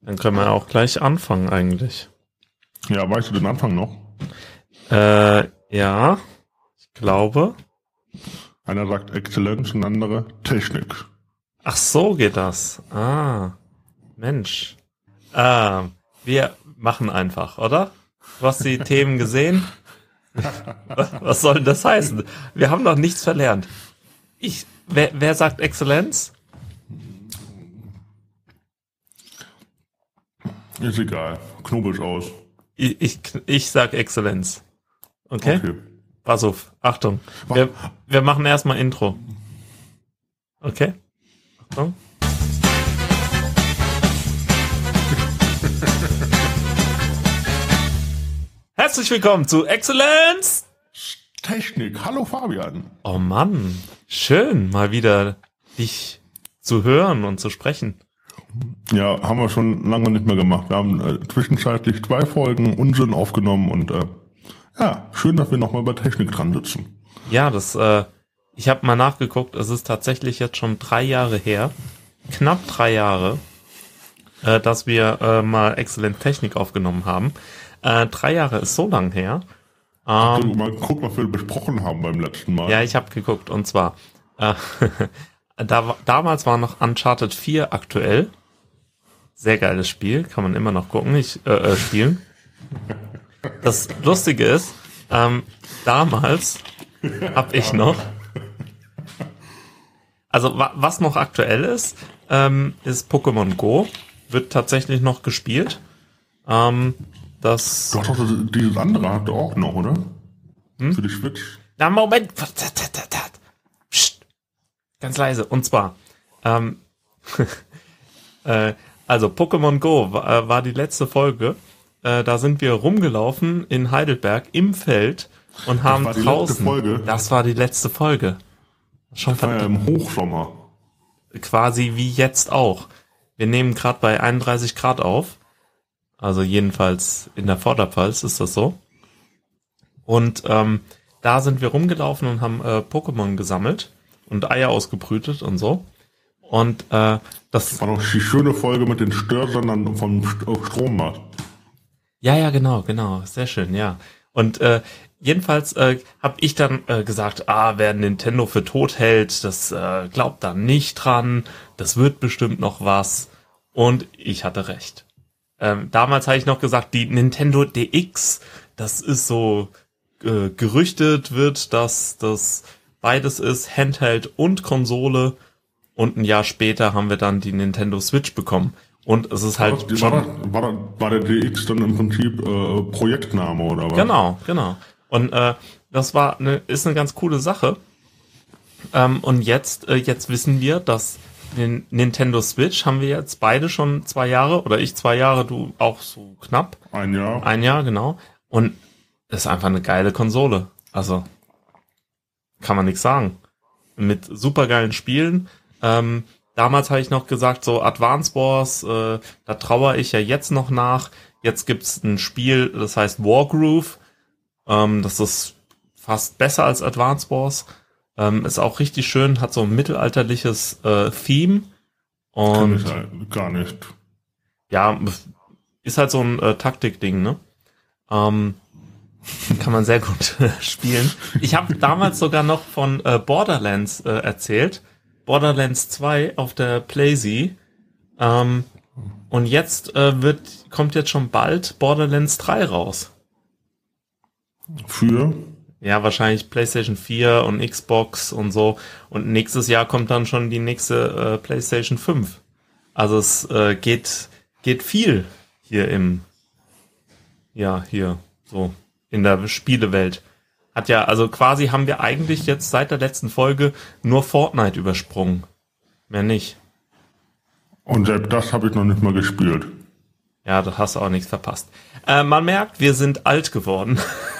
Dann können wir auch gleich anfangen eigentlich. Ja, weißt du den Anfang noch? Ja, ich glaube. Einer sagt Exzellenz und andere Technik. Ach so geht das. Ah, Mensch. Wir machen einfach, oder? Du hast die Themen gesehen? Was soll denn das heißen? Wir haben noch nichts verlernt. Wer sagt Exzellenz? Ist egal. Knobel's aus. Ich sag Exzellenz. Okay? Pass auf, Achtung. Was? Wir machen erstmal Intro. Okay? Achtung. Herzlich willkommen zu Exzellenz! Technik. Hallo Fabian. Oh Mann, schön, mal wieder dich zu hören und zu sprechen. Ja, haben wir schon lange nicht mehr gemacht. Wir haben zwischenzeitlich 2 Folgen Unsinn aufgenommen und ja, schön, dass wir nochmal bei Technik dran sitzen. Ja, ich habe mal nachgeguckt, es ist tatsächlich jetzt schon 3 Jahre her, knapp 3 Jahre, dass wir mal Exzellent Technik aufgenommen haben. 3 Jahre ist so lang her. Hast du mal geguckt, was wir besprochen haben beim letzten Mal? Ja, ich habe geguckt und zwar, damals war noch Uncharted 4 aktuell. Sehr geiles Spiel, kann man immer noch gucken, spielen. Das Lustige ist, damals habe ich noch, also was noch aktuell ist Pokémon Go, wird tatsächlich noch gespielt. Doch, dieses andere hat er auch noch, oder? Für die Switch. Na, Moment. Psst. Ganz leise. Und zwar, also Pokémon Go war die letzte Folge. Da sind wir rumgelaufen in Heidelberg im Feld und haben war die draußen. letzte Folge? Das war die letzte Folge. Schon Das war ja im Hochsommer. quasi wie jetzt auch. Wir nehmen gerade bei 31 Grad auf. Also jedenfalls in der Vorderpfalz ist das so. Und da sind wir rumgelaufen und haben Pokémon gesammelt und Eier ausgebrütet und so. Und das War noch die schöne Folge mit den Störsendern vom Strommarkt. ja, genau. Sehr schön, ja. Und jedenfalls habe ich dann gesagt, wer Nintendo für tot hält, das glaubt da nicht dran. Das wird bestimmt noch was. Und ich hatte recht. Damals habe ich noch gesagt, die Nintendo DX, das ist so gerüchtet wird, dass das beides ist, Handheld und Konsole. Und ein Jahr später haben wir dann die Nintendo Switch bekommen. Und es ist halt War der DX dann im Prinzip Projektname oder was? Genau. Und das ist eine ganz coole Sache. Und jetzt wissen wir, dass den Nintendo Switch haben wir jetzt beide schon 2 Jahre, oder ich 2 Jahre, du auch so knapp. 1 Jahr. 1 Jahr, genau. Und das ist einfach eine geile Konsole. Also, kann man nichts sagen. Mit supergeilen Spielen. Damals habe ich noch gesagt, so Advance Wars, da trauere ich ja jetzt noch nach. Jetzt gibt's ein Spiel, das heißt Wargroove. Das ist fast besser als Advance Wars. Ist auch richtig schön, hat so ein mittelalterliches Theme. Kann Und ich halt gar nicht. ja, ist halt so ein Taktikding, ne? Kann man sehr gut spielen. Ich habe damals sogar noch von Borderlands erzählt. Borderlands 2 auf der PlayZ. Und jetzt kommt jetzt schon bald Borderlands 3 raus. Für? Ja, wahrscheinlich PlayStation 4 und Xbox und so. Und nächstes Jahr kommt dann schon die nächste PlayStation 5. Also es geht viel hier so in der Spielewelt. Also quasi haben wir eigentlich jetzt seit der letzten Folge nur Fortnite übersprungen. Mehr nicht. Und selbst das habe ich noch nicht mal gespielt. Ja, da hast du auch nichts verpasst. Man merkt, wir sind alt geworden.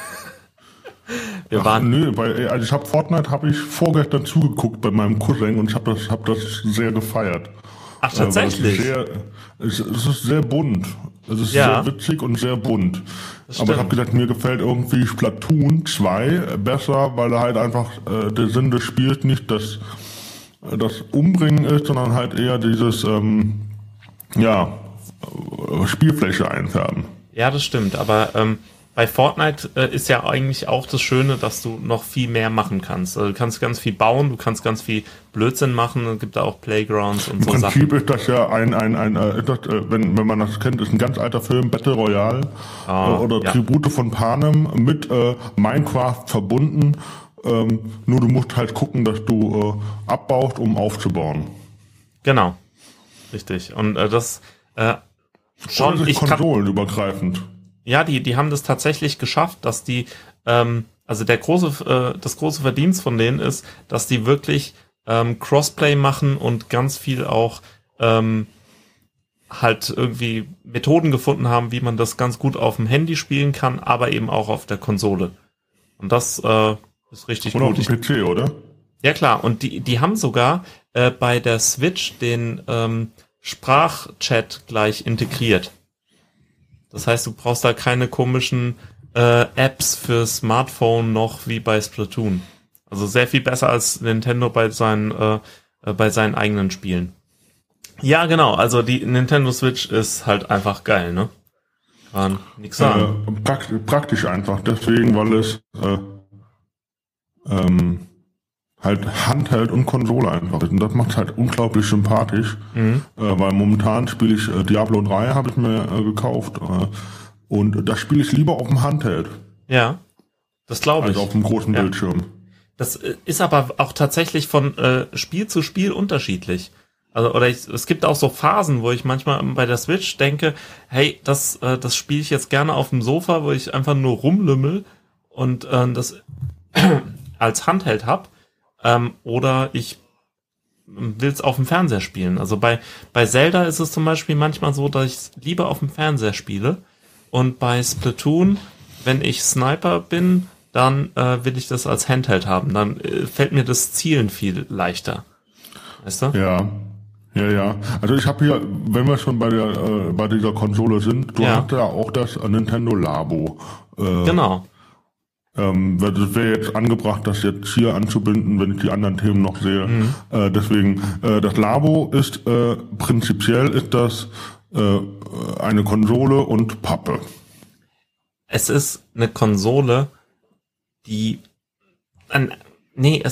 Ich habe Fortnite vorgestern zugeguckt bei meinem Cousin und ich hab das sehr gefeiert. Ach, tatsächlich? Es ist sehr bunt. Es ist Ja. sehr witzig und sehr bunt. Das Aber ich stimmt. habe gesagt, mir gefällt irgendwie Splatoon 2 besser, weil da halt einfach der Sinn des Spiels nicht das Umbringen ist, sondern halt eher dieses Spielfläche einfärben. Ja, das stimmt, aber bei Fortnite ist ja eigentlich auch das Schöne, dass du noch viel mehr machen kannst. Also du kannst ganz viel bauen, du kannst ganz viel Blödsinn machen, es gibt da auch Playgrounds und so Sachen. Im Prinzip ist das ja wenn man das kennt, ist ein ganz alter Film, Battle Royale oder Tribute von Panem mit Minecraft verbunden. Nur du musst halt gucken, dass du abbaust, um aufzubauen. Genau, richtig. Und das schon konsolenübergreifend. Ja, die haben das tatsächlich geschafft, dass die, also das große Verdienst von denen ist, dass die wirklich Crossplay machen und ganz viel auch halt irgendwie Methoden gefunden haben, wie man das ganz gut auf dem Handy spielen kann, aber eben auch auf der Konsole. Und das ist richtig gut. Und auf dem PC, oder? Ja klar, und die haben sogar bei der Switch den Sprachchat gleich integriert. Das heißt, du brauchst da keine komischen Apps für Smartphone noch wie bei Splatoon. Also sehr viel besser als Nintendo bei seinen eigenen Spielen. Ja, genau. Also die Nintendo Switch ist halt einfach geil, ne? Kann nix sagen. Praktisch einfach. Deswegen, weil es halt Handheld und Konsole einfach ist. Und das macht halt unglaublich sympathisch. Weil momentan spiele ich Diablo 3, habe ich mir gekauft. Und das spiele ich lieber auf dem Handheld. Ja, das glaube ich. Als auf dem großen Bildschirm. Das ist aber auch tatsächlich von Spiel zu Spiel unterschiedlich. Also, es gibt auch so Phasen, wo ich manchmal bei der Switch denke, hey, das spiele ich jetzt gerne auf dem Sofa, wo ich einfach nur rumlümmel und das als Handheld hab. Oder ich will es auf dem Fernseher spielen. Also bei Zelda ist es zum Beispiel manchmal so, dass ich es lieber auf dem Fernseher spiele. Und bei Splatoon, wenn ich Sniper bin, dann will ich das als Handheld haben. Dann fällt mir das Zielen viel leichter. Weißt du? Ja. Also ich habe hier, wenn wir schon bei dieser Konsole sind, du hast ja auch das Nintendo Labo. Genau. Das wäre jetzt angebracht, das jetzt hier anzubinden, wenn ich die anderen Themen noch sehe. Deswegen, das Labo ist prinzipiell ist das eine Konsole und Pappe. Es ist eine Konsole, die die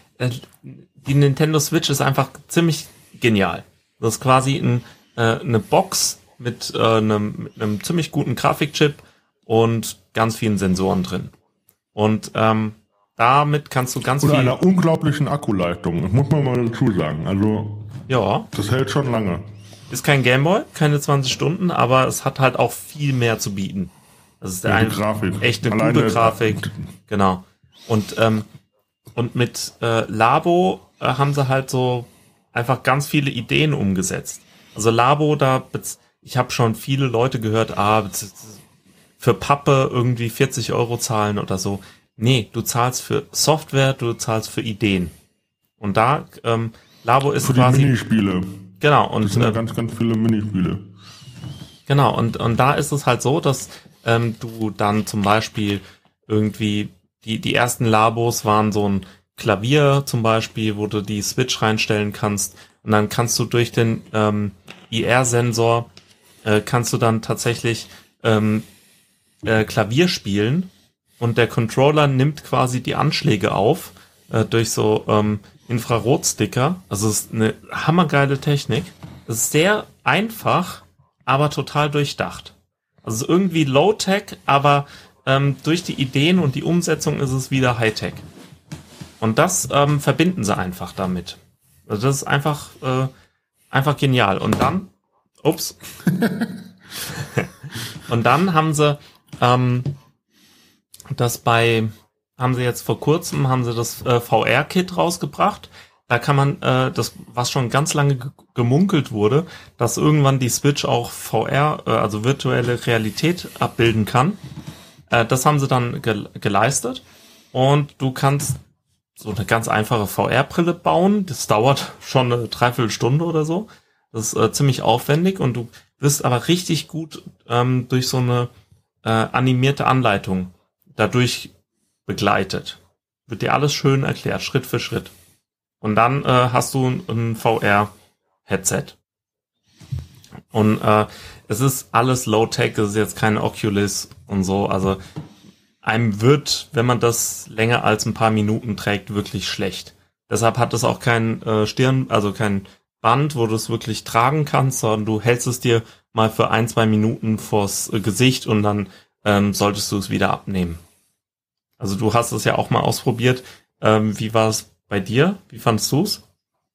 Nintendo Switch ist einfach ziemlich genial. Das ist quasi eine Box mit einem ziemlich guten Grafikchip und ganz vielen Sensoren drin. Und damit kannst du ganz viel... Und einer unglaublichen Akkuleistung, das muss man mal dazu sagen. Also, ja, das hält schon lange. Ist kein Gameboy, keine 20 Stunden, aber es hat halt auch viel mehr zu bieten. Das ist echt eine gute Grafik. Genau. Und mit Labo haben sie halt so einfach ganz viele Ideen umgesetzt. Also Labo, ich habe schon viele Leute gehört, für Pappe irgendwie 40 € zahlen oder so. Nee, du zahlst für Software, du zahlst für Ideen. Und da, Labo ist für quasi... die Minispiele. Genau. Und das sind ja ganz, ganz viele Minispiele. Genau, und da ist es halt so, dass du dann zum Beispiel irgendwie, die ersten Labos waren so ein Klavier zum Beispiel, wo du die Switch reinstellen kannst. Und dann kannst du durch den IR-Sensor kannst du dann tatsächlich Klavier spielen und der Controller nimmt quasi die Anschläge auf durch so Infrarotsticker. Also es ist eine hammergeile Technik. Es ist sehr einfach, aber total durchdacht. Also es ist irgendwie Low-Tech, aber durch die Ideen und die Umsetzung ist es wieder High-Tech. Und das verbinden sie einfach damit. Also das ist einfach genial. Und dann, und dann haben sie haben sie jetzt vor kurzem das VR-Kit rausgebracht. Da kann man was schon ganz lange gemunkelt wurde, dass irgendwann die Switch auch VR, also virtuelle Realität abbilden kann. Das haben sie dann geleistet. Und du kannst so eine ganz einfache VR-Brille bauen. Das dauert schon eine Dreiviertelstunde oder so. Das ist ziemlich aufwendig und du wirst aber richtig gut durch so eine animierte Anleitung dadurch begleitet. Wird dir alles schön erklärt, Schritt für Schritt. Und dann hast du ein VR-Headset. Und es ist alles Low-Tech, es ist jetzt kein Oculus und so. Also einem wird, wenn man das länger als ein paar Minuten trägt, wirklich schlecht. Deshalb hat es auch kein kein Band, wo du es wirklich tragen kannst, sondern du hältst es dir mal für 1-2 Minuten vors Gesicht und dann solltest du es wieder abnehmen. Also du hast es ja auch mal ausprobiert. Wie war es bei dir? Wie fandest du es?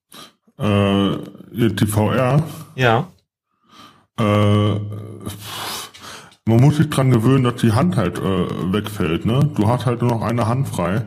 Die VR? Ja. Man muss sich dran gewöhnen, dass die Hand halt wegfällt, ne? Du hast halt nur noch eine Hand frei.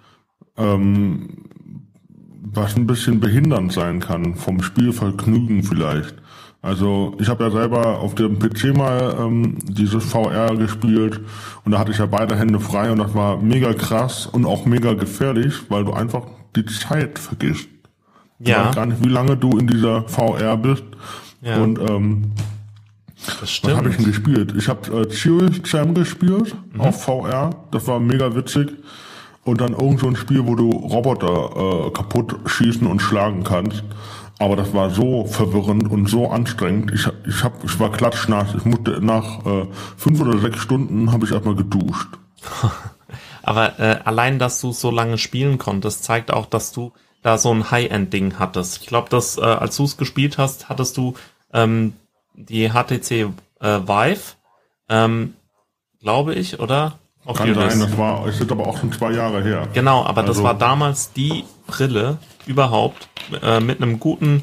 Was ein bisschen behindernd sein kann, vom Spielvergnügen vielleicht. Also ich habe ja selber auf dem PC mal dieses VR gespielt und da hatte ich ja beide Hände frei und das war mega krass und auch mega gefährlich, weil du einfach die Zeit vergisst. Ja. Ich weiß gar nicht, wie lange du in dieser VR bist. Ja. Und Das stimmt. was habe ich denn gespielt? Ich habe Serious Sam gespielt auf VR. Das war mega witzig. Und dann irgend so ein Spiel, wo du Roboter kaputt schießen und schlagen kannst. Aber das war so verwirrend und so anstrengend. Ich war klatschnass. Ich musste nach 5 oder 6 Stunden habe ich erstmal geduscht. Aber allein, dass du so lange spielen konntest, zeigt auch, dass du da so ein High-End-Ding hattest. Ich glaube, dass als du es gespielt hast, hattest du die HTC Vive, glaube ich, oder? Kann sein, es ist aber auch schon 2 Jahre her. Genau, aber das war damals die Brille überhaupt mit einem guten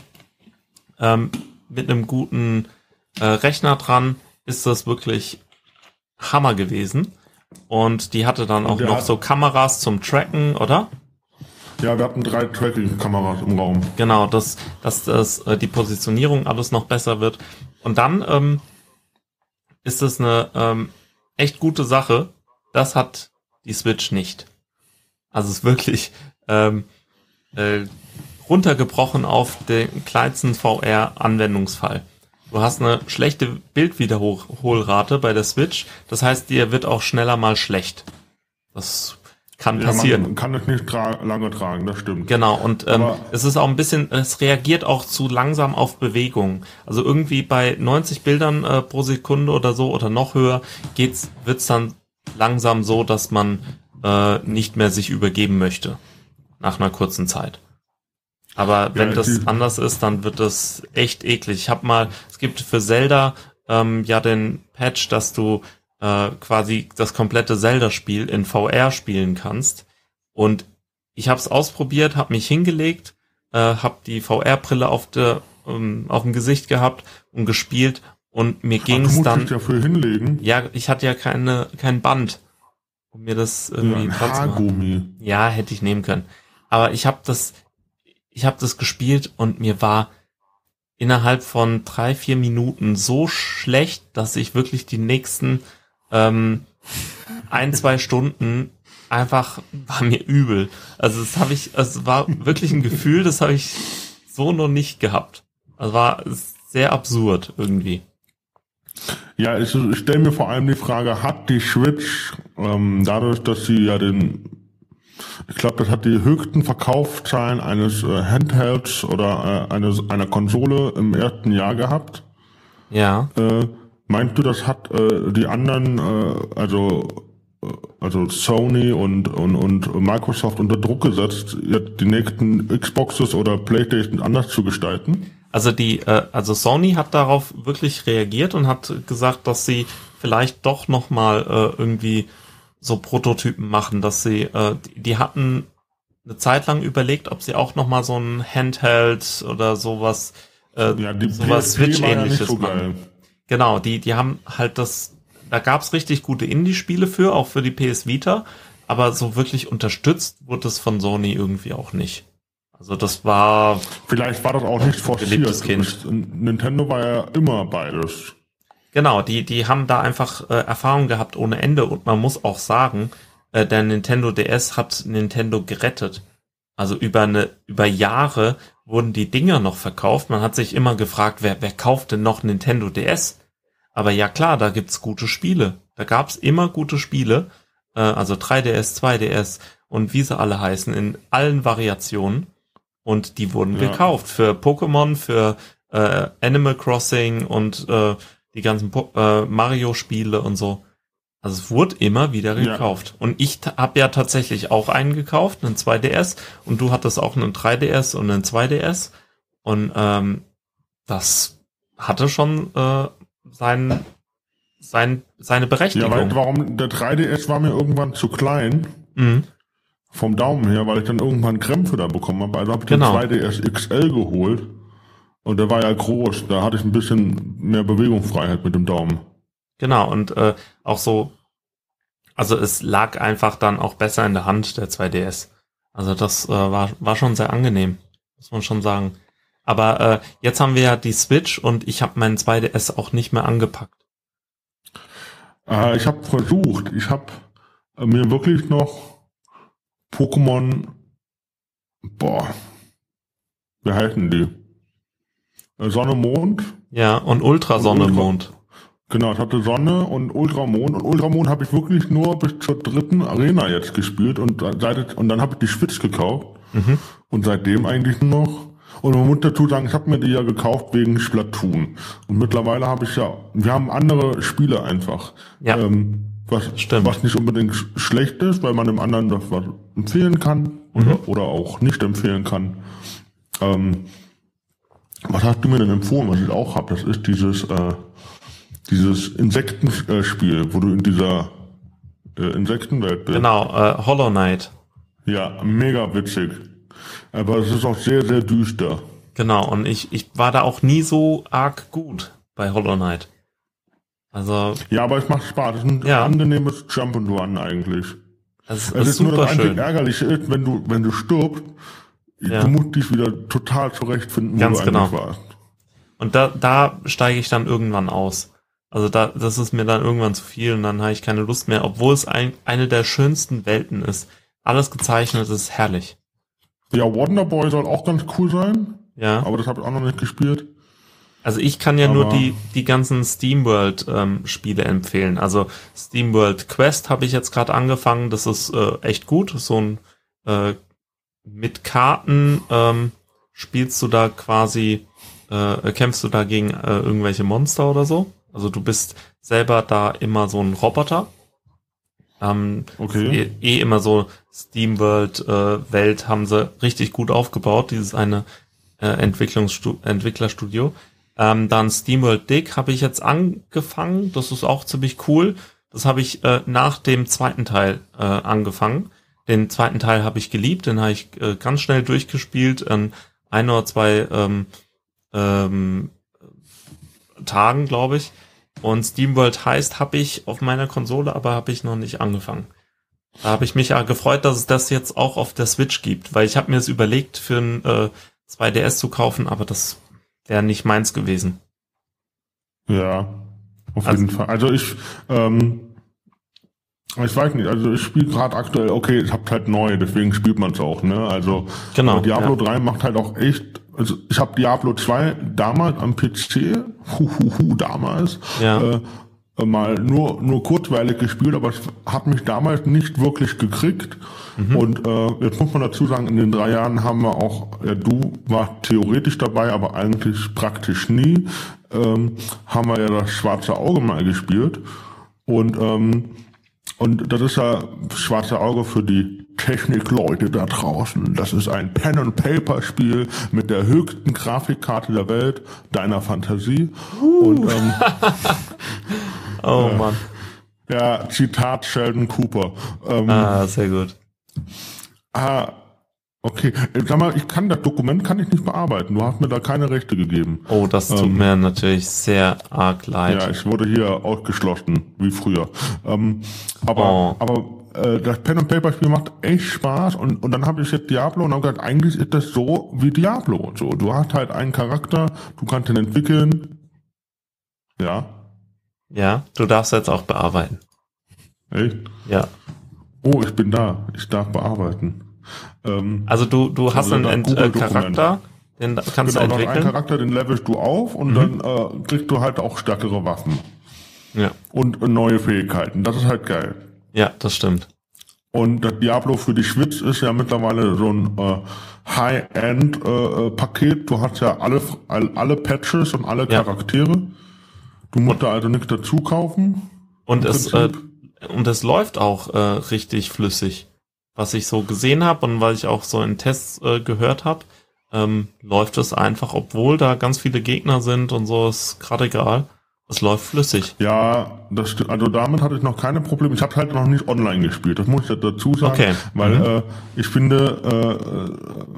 Rechner dran ist das wirklich Hammer gewesen. Und die hatte dann auch noch so Kameras zum Tracken, oder? Ja, wir hatten 3 Tracking-Kameras im Raum. Genau, dass die Positionierung alles noch besser wird. Und dann ist es eine echt gute Sache. Das hat die Switch nicht. Also es ist wirklich runtergebrochen auf den kleinsten VR-Anwendungsfall. Du hast eine schlechte Bildwiederholrate bei der Switch. Das heißt, dir wird auch schneller mal schlecht. Das kann passieren. Man kann es nicht lange tragen, das stimmt. Genau, und es ist auch ein bisschen, es reagiert auch zu langsam auf Bewegung. Also irgendwie bei 90 Bildern pro Sekunde oder so oder noch höher wird's dann langsam so, dass man nicht mehr sich übergeben möchte nach einer kurzen Zeit. Aber wenn das anders ist, dann wird das echt eklig. Es gibt für Zelda ja den Patch, dass du quasi das komplette Zelda-Spiel in VR spielen kannst. Und ich habe es ausprobiert, habe mich hingelegt, habe die VR-Brille auf dem Gesicht gehabt und gespielt. Und mir ging es dann. Du musst dich dafür hinlegen. Ja, ich hatte ja kein Band, um mir das irgendwie Haargummi. Ja, hätte ich nehmen können. Aber ich habe das gespielt und mir war innerhalb von 3-4 Minuten so schlecht, dass ich wirklich die nächsten 1-2 Stunden war mir übel. Also es war wirklich ein Gefühl, das habe ich so noch nicht gehabt. Also war sehr absurd irgendwie. Ja, ich stelle mir vor allem die Frage, hat die Switch dadurch, dass sie ja ich glaube, das hat die höchsten Verkaufszahlen eines Handhelds oder einer Konsole im ersten Jahr gehabt? Ja. Meinst du, das hat die anderen, also Sony und Microsoft unter Druck gesetzt, jetzt die nächsten Xboxes oder PlayStation anders zu gestalten? Also Sony hat darauf wirklich reagiert und hat gesagt, dass sie vielleicht doch noch mal irgendwie so Prototypen machen, dass sie die hatten eine Zeit lang überlegt, ob sie auch noch mal so ein Handheld oder sowas sowas Switch-ähnliches so machen. geil. Genau, die haben halt da gab's richtig gute Indie-Spiele auch für die PS Vita, aber so wirklich unterstützt wurde es von Sony irgendwie auch nicht. Also das war... Vielleicht war das auch nicht forciert. Kind. Nintendo war ja immer beides. Genau, die haben da einfach Erfahrung gehabt ohne Ende und man muss auch sagen, der Nintendo DS hat Nintendo gerettet. Also über Jahre wurden die Dinger noch verkauft. Man hat sich immer gefragt, wer kauft denn noch Nintendo DS? Aber ja klar, da gibt's gute Spiele. Da gab's immer gute Spiele. Also 3DS, 2DS und wie sie alle heißen, in allen Variationen. Und die wurden gekauft für Pokémon, für Animal Crossing und die ganzen Mario-Spiele und so. Also es wurde immer wieder gekauft. Ja. Und ich habe ja tatsächlich auch einen gekauft, einen 2DS. Und du hattest auch einen 3DS und einen 2DS. Und das hatte schon seine Berechtigung. Ja, weil warum der 3DS war mir irgendwann zu klein. Vom Daumen her, weil ich dann irgendwann Krämpfe da bekommen habe. Also habe ich den 2DS XL geholt. Und der war ja groß. Da hatte ich ein bisschen mehr Bewegungsfreiheit mit dem Daumen. Genau, und auch so, also es lag einfach dann auch besser in der Hand, der 2DS. Also das war schon sehr angenehm, muss man schon sagen. Aber jetzt haben wir ja die Switch und ich habe meinen 2DS auch nicht mehr angepackt. Ich habe versucht, ich habe mir wirklich noch Pokémon, wie heißen die? Sonne, Mond. Ja, und Ultrasonne, Mond. Genau, ich hatte Sonne und Ultramond. Und Ultramond habe ich wirklich nur bis zur 3. Arena jetzt gespielt. Und dann habe ich die Switch gekauft. Und seitdem eigentlich nur noch. Und man muss dazu sagen, ich habe mir die ja gekauft wegen Splatoon. Und mittlerweile wir haben andere Spiele einfach. Ja, was nicht unbedingt schlecht ist, weil man dem anderen das was empfehlen kann oder auch nicht empfehlen kann. Was hast du mir denn empfohlen, was ich auch habe? Das ist dieses Insektenspiel, wo du in dieser Insektenwelt bist. Genau, Hollow Knight. Ja, mega witzig. Aber es ist auch sehr, sehr düster. Genau, und ich war da auch nie so arg gut bei Hollow Knight. Also. Ja, aber es macht Spaß. Es ist ein angenehmes Jump'n'Run eigentlich. Es ist super nur das schön. Einzige Ärgerliche ist, wenn du stirbst, du musst dich wieder total zurechtfinden, Ganz wo du genau eigentlich warst. Und da steige ich dann irgendwann aus. Also das ist mir dann irgendwann zu viel und dann habe ich keine Lust mehr, obwohl es eine der schönsten Welten ist. Alles gezeichnet ist herrlich. Ja, Wonderboy soll auch ganz cool sein. Ja. Aber das habe ich auch noch nicht gespielt. Also ich kann ja nur die ganzen SteamWorld Spiele empfehlen. Also SteamWorld Quest habe ich jetzt gerade angefangen. Das ist echt gut. So ein mit Karten spielst du da quasi, kämpfst du da gegen irgendwelche Monster oder so. Also du bist selber da immer so ein Roboter. Okay. Immer so SteamWorld Welt haben sie richtig gut aufgebaut. Dieses eine Entwicklerstudio. Dann SteamWorld Dig habe ich jetzt angefangen. Das ist auch ziemlich cool. Das habe ich nach dem zweiten Teil angefangen. Den zweiten Teil habe ich geliebt. Den habe ich ganz schnell durchgespielt in 1 oder 2 Tagen, glaube ich. Und SteamWorld Heist habe ich auf meiner Konsole, aber habe ich noch nicht angefangen. Da habe ich mich ja gefreut, dass es das jetzt auch auf der Switch gibt, weil ich habe mir es überlegt, für ein 2DS zu kaufen, aber das wäre nicht meins gewesen. Ja, auf jeden Fall. Also ich weiß nicht, also ich spiele gerade aktuell, okay, ich hab halt neu, deswegen spielt man es auch, ne? Also genau, Diablo 3 macht halt auch echt, also ich habe Diablo 2 damals am PC, damals, mal nur kurzweilig gespielt, aber es hat mich damals nicht wirklich gekriegt. Und jetzt muss man dazu sagen, in den 3 Jahren haben wir auch, du warst theoretisch dabei, aber eigentlich praktisch nie, haben wir ja das Schwarze Auge mal gespielt. Und das ist ja Schwarze Auge für die Technikleute da draußen. Das ist ein Pen-and-Paper-Spiel mit der höchsten Grafikkarte der Welt, deiner Fantasie. Und oh Mann. Ja, Zitat Sheldon Cooper. Sehr gut. Okay. Sag mal, das Dokument kann ich nicht bearbeiten. Du hast mir da keine Rechte gegeben. Oh, das tut mir natürlich sehr arg leid. Ja, ich wurde hier ausgeschlossen, wie früher. Aber das Pen-and-Paper-Spiel macht echt Spaß und dann habe ich jetzt Diablo und habe gesagt, eigentlich ist das so wie Diablo und so. Du hast halt einen Charakter, du kannst ihn entwickeln. Ja. Ja, du darfst jetzt auch bearbeiten. Echt? Ja. Oh, ich bin da. Ich darf bearbeiten. Also du hast einen Charakter, den kannst du entwickeln. Einen Charakter, den levelst du auf und dann kriegst du halt auch stärkere Waffen. Ja. Und neue Fähigkeiten. Das ist halt geil. Ja, das stimmt. Und das Diablo für die Switch ist ja mittlerweile so ein High-End-Paket. Du hast ja alle Patches und alle Charaktere. Du musst da also nichts dazu kaufen. Und es läuft auch richtig flüssig. Was ich so gesehen habe und weil ich auch so in Tests gehört habe, läuft es einfach, obwohl da ganz viele Gegner sind und so, ist gerade egal. Es läuft flüssig. Ja, also damit hatte ich noch keine Probleme. Ich habe halt noch nicht online gespielt, das muss ich dazu sagen, weil ich finde,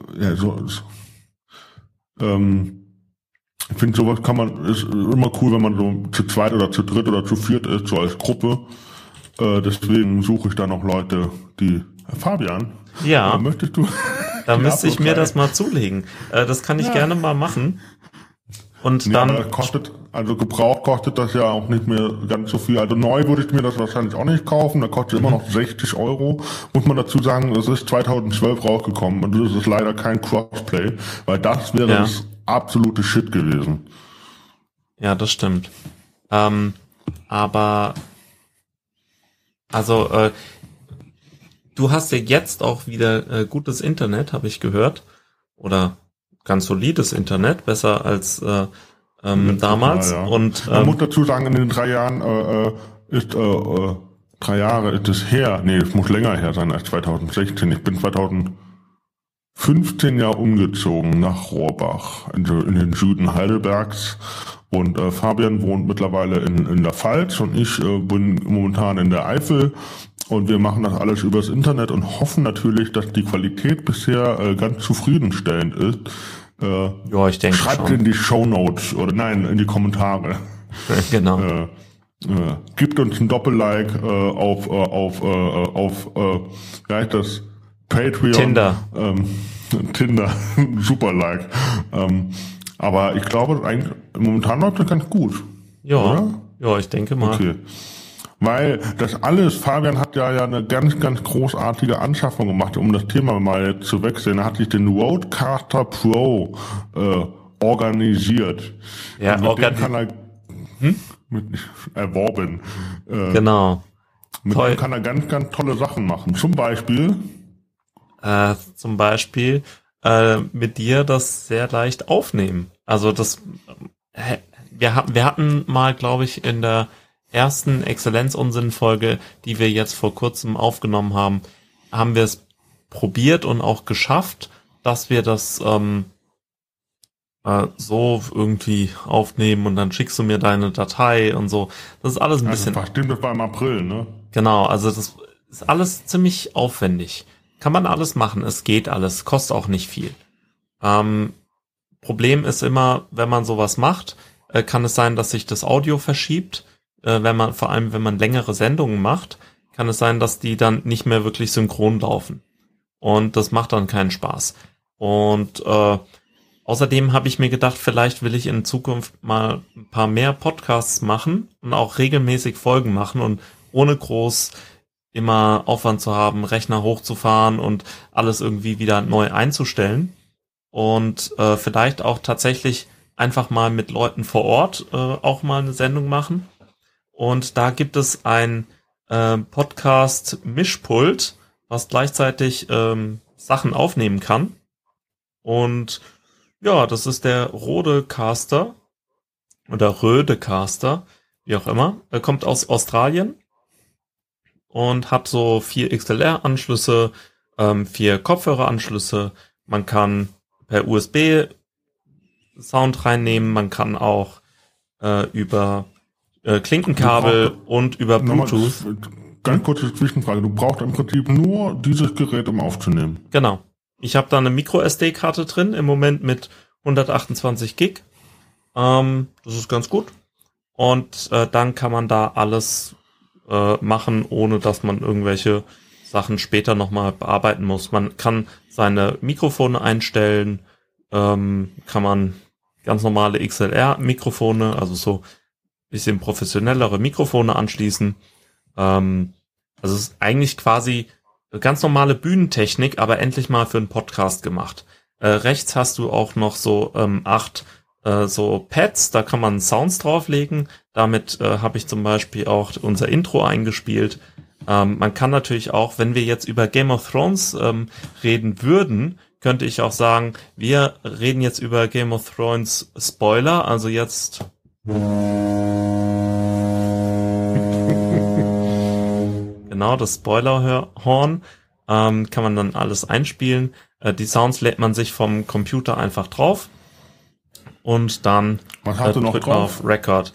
ich finde, sowas ist immer cool, wenn man so zu zweit oder zu dritt oder zu viert ist, so als Gruppe. Deswegen suche ich da noch Leute, die Fabian. Ja. Möchtest du? Da müsste ich mir das mal zulegen. Das kann ich gerne mal machen. Und dann gebraucht kostet das ja auch nicht mehr ganz so viel. Also neu würde ich mir das wahrscheinlich auch nicht kaufen. Da kostet immer noch 60 €. Muss man dazu sagen, es ist 2012 rausgekommen und das ist leider kein Crossplay, weil das wäre das absolute Shit gewesen. Ja, das stimmt. Aber du hast ja jetzt auch wieder gutes Internet, habe ich gehört. Oder ganz solides Internet, besser als damals. Ja. Und man muss dazu sagen, in den 3 Jahren ist 3 Jahre ist es her. Nee, es muss länger her sein als 2016. Ich bin 2015 ja umgezogen nach Rohrbach in den Süden Heidelbergs. Und Fabian wohnt mittlerweile in der Pfalz und ich bin momentan in der Eifel. Und wir machen das alles übers Internet und hoffen natürlich, dass die Qualität bisher ganz zufriedenstellend ist. Ja, ich denke schreibt in die Shownotes oder nein, in die Kommentare. Genau. Gibt uns ein Doppel-Like auf wie heißt das? Patreon. Tinder. Super Like. Aber ich glaube, eigentlich momentan läuft das ganz gut. Ja. Oder? Ja, ich denke mal. Okay. Weil das alles, Fabian hat ja eine ganz, ganz großartige Anschaffung gemacht, um das Thema mal jetzt zu wechseln. Er hat sich den Rodecaster Pro organisiert. Ja, erworben. Genau. Mit dem kann er ganz, ganz tolle Sachen machen. Zum Beispiel mit dir das sehr leicht aufnehmen. Also wir hatten mal, glaube ich, in der ersten Exzellenz-Unsinn-Folge, die wir jetzt vor kurzem aufgenommen haben, haben wir es probiert und auch geschafft, dass wir das so irgendwie aufnehmen und dann schickst du mir deine Datei und so. Das ist alles ein bisschen... Stimmt, das war im April, ne? Genau, also das ist alles ziemlich aufwendig. Kann man alles machen, es geht alles, kostet auch nicht viel. Problem ist immer, wenn man sowas macht, kann es sein, dass sich das Audio verschiebt. Vor allem wenn man längere Sendungen macht, kann es sein, dass die dann nicht mehr wirklich synchron laufen. Und das macht dann keinen Spaß. Und außerdem habe ich mir gedacht, vielleicht will ich in Zukunft mal ein paar mehr Podcasts machen und auch regelmäßig Folgen machen und ohne groß immer Aufwand zu haben, Rechner hochzufahren und alles irgendwie wieder neu einzustellen. Und vielleicht auch tatsächlich einfach mal mit Leuten vor Ort auch mal eine Sendung machen. Und da gibt es ein Podcast-Mischpult, was gleichzeitig Sachen aufnehmen kann. Und ja, das ist der Rodecaster oder Rödecaster, wie auch immer. Er kommt aus Australien und hat so 4 XLR-Anschlüsse, 4 Kopfhörer-Anschlüsse. Man kann per USB Sound reinnehmen, man kann auch über Klinkenkabel und über Bluetooth. Ganz kurze Zwischenfrage. Du brauchst im Prinzip nur dieses Gerät, um aufzunehmen. Genau. Ich habe da eine Micro-SD-Karte drin, im Moment mit 128 Gig. Das ist ganz gut. Und dann kann man da alles machen, ohne dass man irgendwelche Sachen später nochmal bearbeiten muss. Man kann seine Mikrofone einstellen, kann man ganz normale XLR-Mikrofone, also so bisschen professionellere Mikrofone anschließen. Also es ist eigentlich quasi ganz normale Bühnentechnik, aber endlich mal für einen Podcast gemacht. Rechts hast du auch noch so 8 so Pads, da kann man Sounds drauflegen. Damit habe ich zum Beispiel auch unser Intro eingespielt. Man kann natürlich auch, wenn wir jetzt über Game of Thrones reden würden, könnte ich auch sagen, wir reden jetzt über Game of Thrones Spoiler, also jetzt genau, das Spoilerhorn, kann man dann alles einspielen. Die Sounds lädt man sich vom Computer einfach drauf und dann drückt auf Record.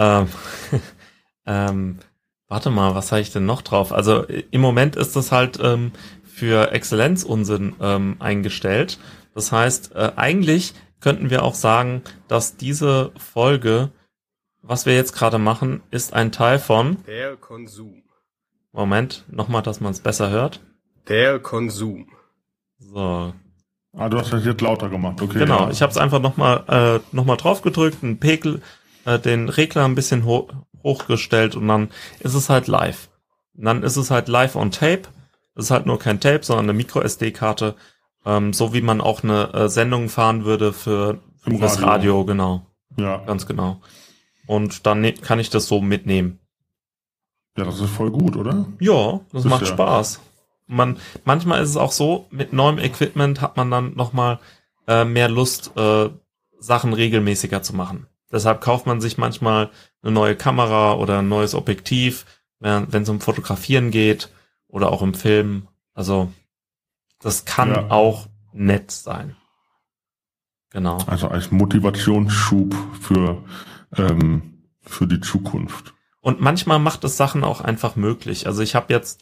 Warte mal, was habe ich denn noch drauf? Also im Moment ist das halt für Exzellenzunsinn eingestellt. Das heißt, eigentlich könnten wir auch sagen, dass diese Folge, was wir jetzt gerade machen, ist ein Teil von der Konsum. Moment, nochmal, dass man es besser hört. Der Konsum. So. Ah, du hast das jetzt lauter gemacht, okay. Genau, ja. ich habe es einfach nochmal drauf gedrückt, einen Pegel, den Regler ein bisschen hochgestellt und dann ist es halt live. Und dann ist es halt live on tape. Es ist halt nur kein Tape, sondern eine Micro-SD-Karte, so wie man auch eine Sendung fahren würde für das Radio, genau. Ja. Ganz genau. Und dann kann ich das so mitnehmen. Ja, das ist voll gut, oder? Ja, das macht Spaß. Manchmal ist es auch so, mit neuem Equipment hat man dann nochmal mehr Lust, Sachen regelmäßiger zu machen. Deshalb kauft man sich manchmal eine neue Kamera oder ein neues Objektiv, wenn es um Fotografieren geht oder auch im Film. Also das kann auch nett sein. Genau. Also als Motivationsschub für die Zukunft. Und manchmal macht es Sachen auch einfach möglich. Also ich habe jetzt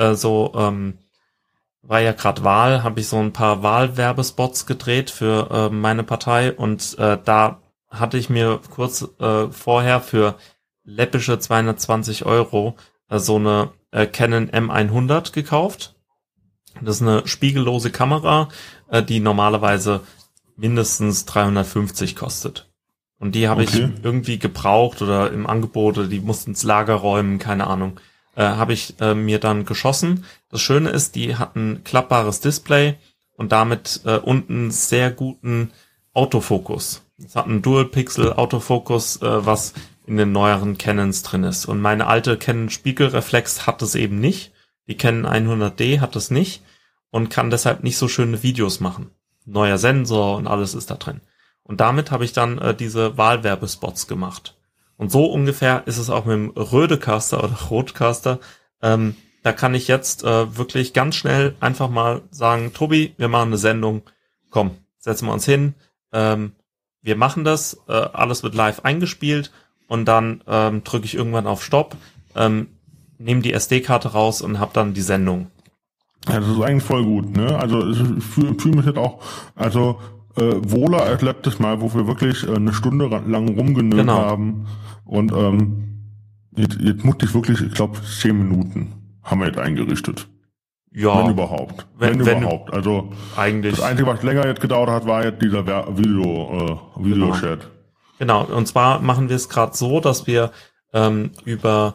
war ja gerade Wahl, habe ich so ein paar Wahlwerbespots gedreht für meine Partei und da hatte ich mir kurz vorher für läppische 220 € so eine Canon M100 gekauft. Das ist eine spiegellose Kamera, die normalerweise mindestens 350 kostet. Und die habe ich irgendwie gebraucht oder im Angebot, oder die mussten ins Lager räumen, keine Ahnung. Habe ich mir dann geschossen. Das Schöne ist, die hat ein klappbares Display und damit unten sehr guten Autofokus. Es hat einen Dual-Pixel-Autofokus, was in den neueren Canons drin ist. Und meine alte Canon Spiegelreflex hat es eben nicht. Die Canon 100D hat es nicht und kann deshalb nicht so schöne Videos machen. Neuer Sensor und alles ist da drin. Und damit habe ich dann diese Wahlwerbespots gemacht. Und so ungefähr ist es auch mit dem Rödecaster oder Rodecaster. Da kann ich jetzt wirklich ganz schnell einfach mal sagen, Tobi, wir machen eine Sendung. Komm, setzen wir uns hin. Wir machen das. Alles wird live eingespielt. Und dann drücke ich irgendwann auf Stopp, nehme die SD-Karte raus und habe dann die Sendung. Ja, das ist eigentlich voll gut, ne? Also ich fühle mich jetzt auch, wohler als letztes Mal, wo wir wirklich eine Stunde lang rumgenölt haben. Und jetzt musste ich wirklich, ich glaube, 10 Minuten haben wir jetzt eingerichtet. Ja. Wenn überhaupt. Wenn überhaupt. Also eigentlich. Das Einzige, was länger jetzt gedauert hat, war jetzt dieser Videochat. Genau, und zwar machen wir es gerade so, dass wir über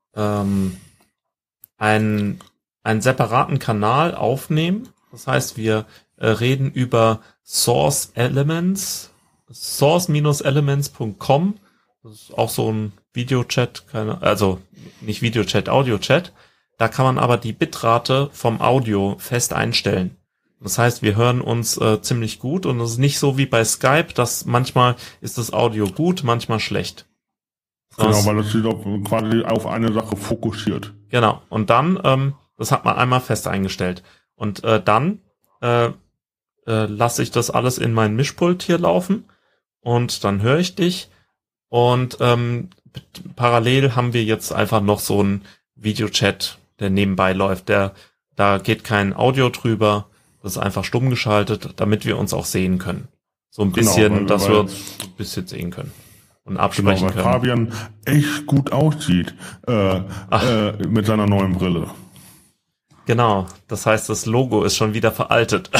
einen separaten Kanal aufnehmen. Das heißt, wir reden über Source Elements, source-elements.com. Das ist auch so ein Videochat, also nicht Videochat, Audiochat. Da kann man aber die Bitrate vom Audio fest einstellen. Das heißt, wir hören uns ziemlich gut und es ist nicht so wie bei Skype, dass manchmal ist das Audio gut, manchmal schlecht. Genau, weil das quasi auf eine Sache fokussiert. Genau, und dann, das hat man einmal fest eingestellt. Und dann lasse ich das alles in mein Mischpult hier laufen und dann höre ich dich. Und parallel haben wir jetzt einfach noch so einen Videochat, der nebenbei läuft. Da geht kein Audio drüber. Das ist einfach stumm geschaltet, damit wir uns auch sehen können. So ein bisschen, dass wir uns ein bisschen sehen können und absprechen können. Weil Fabian echt gut aussieht mit seiner neuen Brille. Genau, das heißt, das Logo ist schon wieder veraltet.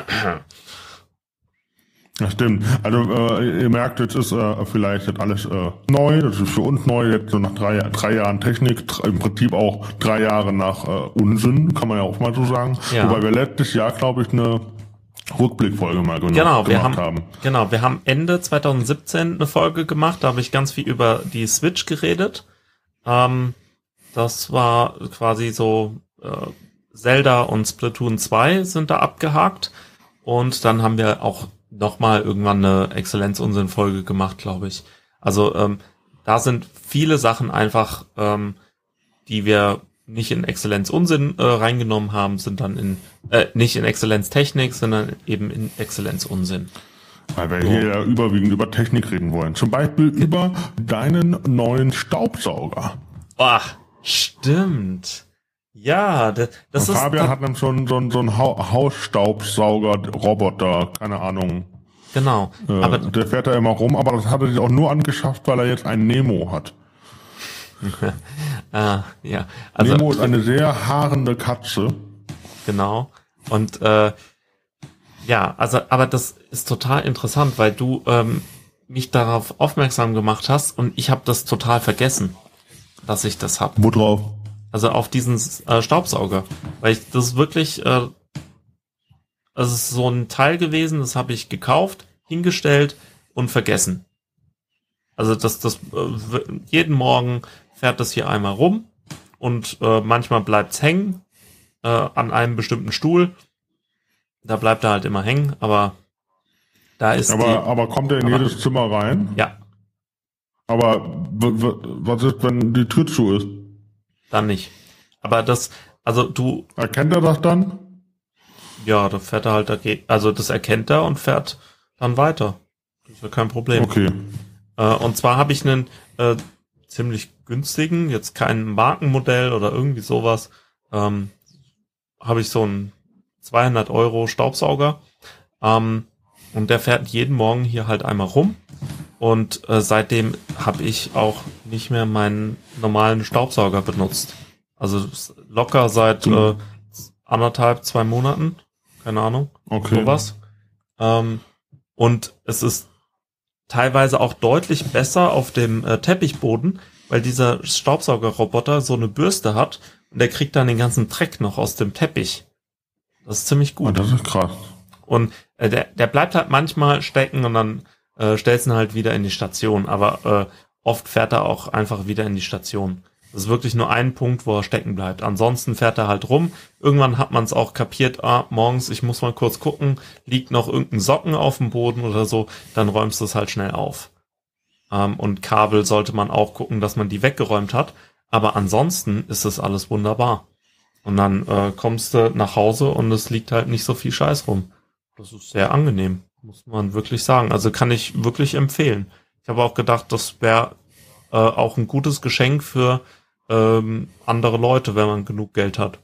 Das stimmt. Also ihr merkt, jetzt ist vielleicht jetzt alles neu. Das ist für uns neu, jetzt so nach drei Jahren Technik, im Prinzip auch 3 Jahre nach Unsinn, kann man ja auch mal so sagen. Ja. Wobei wir letztes Jahr, glaube ich, eine Rückblickfolge mal gemacht haben. Genau, wir haben Ende 2017 eine Folge gemacht, da habe ich ganz viel über die Switch geredet. Das war quasi so, Zelda und Splatoon 2 sind da abgehakt. Und dann haben wir auch nochmal irgendwann eine Exzellenz-Unsinn-Folge gemacht, glaube ich. Also da sind viele Sachen einfach, die wir nicht in Exzellenz-Unsinn reingenommen haben, sind dann nicht in Exzellenz-Technik, sondern eben in Exzellenz-Unsinn. Weil wir hier ja überwiegend über Technik reden wollen. Zum Beispiel über deinen neuen Staubsauger. Ach, stimmt. Ja, das ist... Fabian hat dann schon so einen Hausstaubsauger-Roboter, keine Ahnung. Genau. Aber der fährt da immer rum, aber das hat er sich auch nur angeschafft, weil er jetzt einen Nemo hat. Ja. Also, Nemo ist eine sehr haarende Katze. Genau. Und aber das ist total interessant, weil du mich darauf aufmerksam gemacht hast und ich habe das total vergessen, dass ich das habe. Wo drauf? Also auf diesen Staubsauger. Weil das ist wirklich, es ist so ein Teil gewesen, das habe ich gekauft, hingestellt und vergessen. Also jeden Morgen fährt das hier einmal rum und manchmal bleibt's hängen an einem bestimmten Stuhl. Da bleibt er halt immer hängen, aber da ist aber kommt er in jedes Zimmer rein? Ja. Aber was ist, wenn die Tür zu ist? Dann nicht. Aber das Erkennt er das dann? Ja, da fährt er halt dagegen. Also das erkennt er und fährt dann weiter. Das ist ja kein Problem. Okay. Und zwar habe ich einen ziemlich günstigen, jetzt kein Markenmodell oder irgendwie sowas, habe ich so einen 200 € Staubsauger. Und der fährt jeden Morgen hier halt einmal rum. Und seitdem habe ich auch nicht mehr meinen normalen Staubsauger benutzt. Also locker seit 1,5-2 Monaten. Keine Ahnung. Okay. Sowas. Und es ist teilweise auch deutlich besser auf dem Teppichboden, weil dieser Staubsaugerroboter so eine Bürste hat und der kriegt dann den ganzen Dreck noch aus dem Teppich. Das ist ziemlich gut. Oh, das ist krass. Und der bleibt halt manchmal stecken und dann stellst ihn halt wieder in die Station, aber oft fährt er auch einfach wieder in die Station. Das ist wirklich nur ein Punkt, wo er stecken bleibt. Ansonsten fährt er halt rum. Irgendwann hat man es auch kapiert, morgens, ich muss mal kurz gucken, liegt noch irgendein Socken auf dem Boden oder so, dann räumst du es halt schnell auf. Und Kabel sollte man auch gucken, dass man die weggeräumt hat. Aber ansonsten ist das alles wunderbar. Und dann kommst du nach Hause und es liegt halt nicht so viel Scheiß rum. Das ist sehr angenehm, muss man wirklich sagen. Also kann ich wirklich empfehlen. Ich habe auch gedacht, das wäre auch ein gutes Geschenk für andere Leute, wenn man genug Geld hat.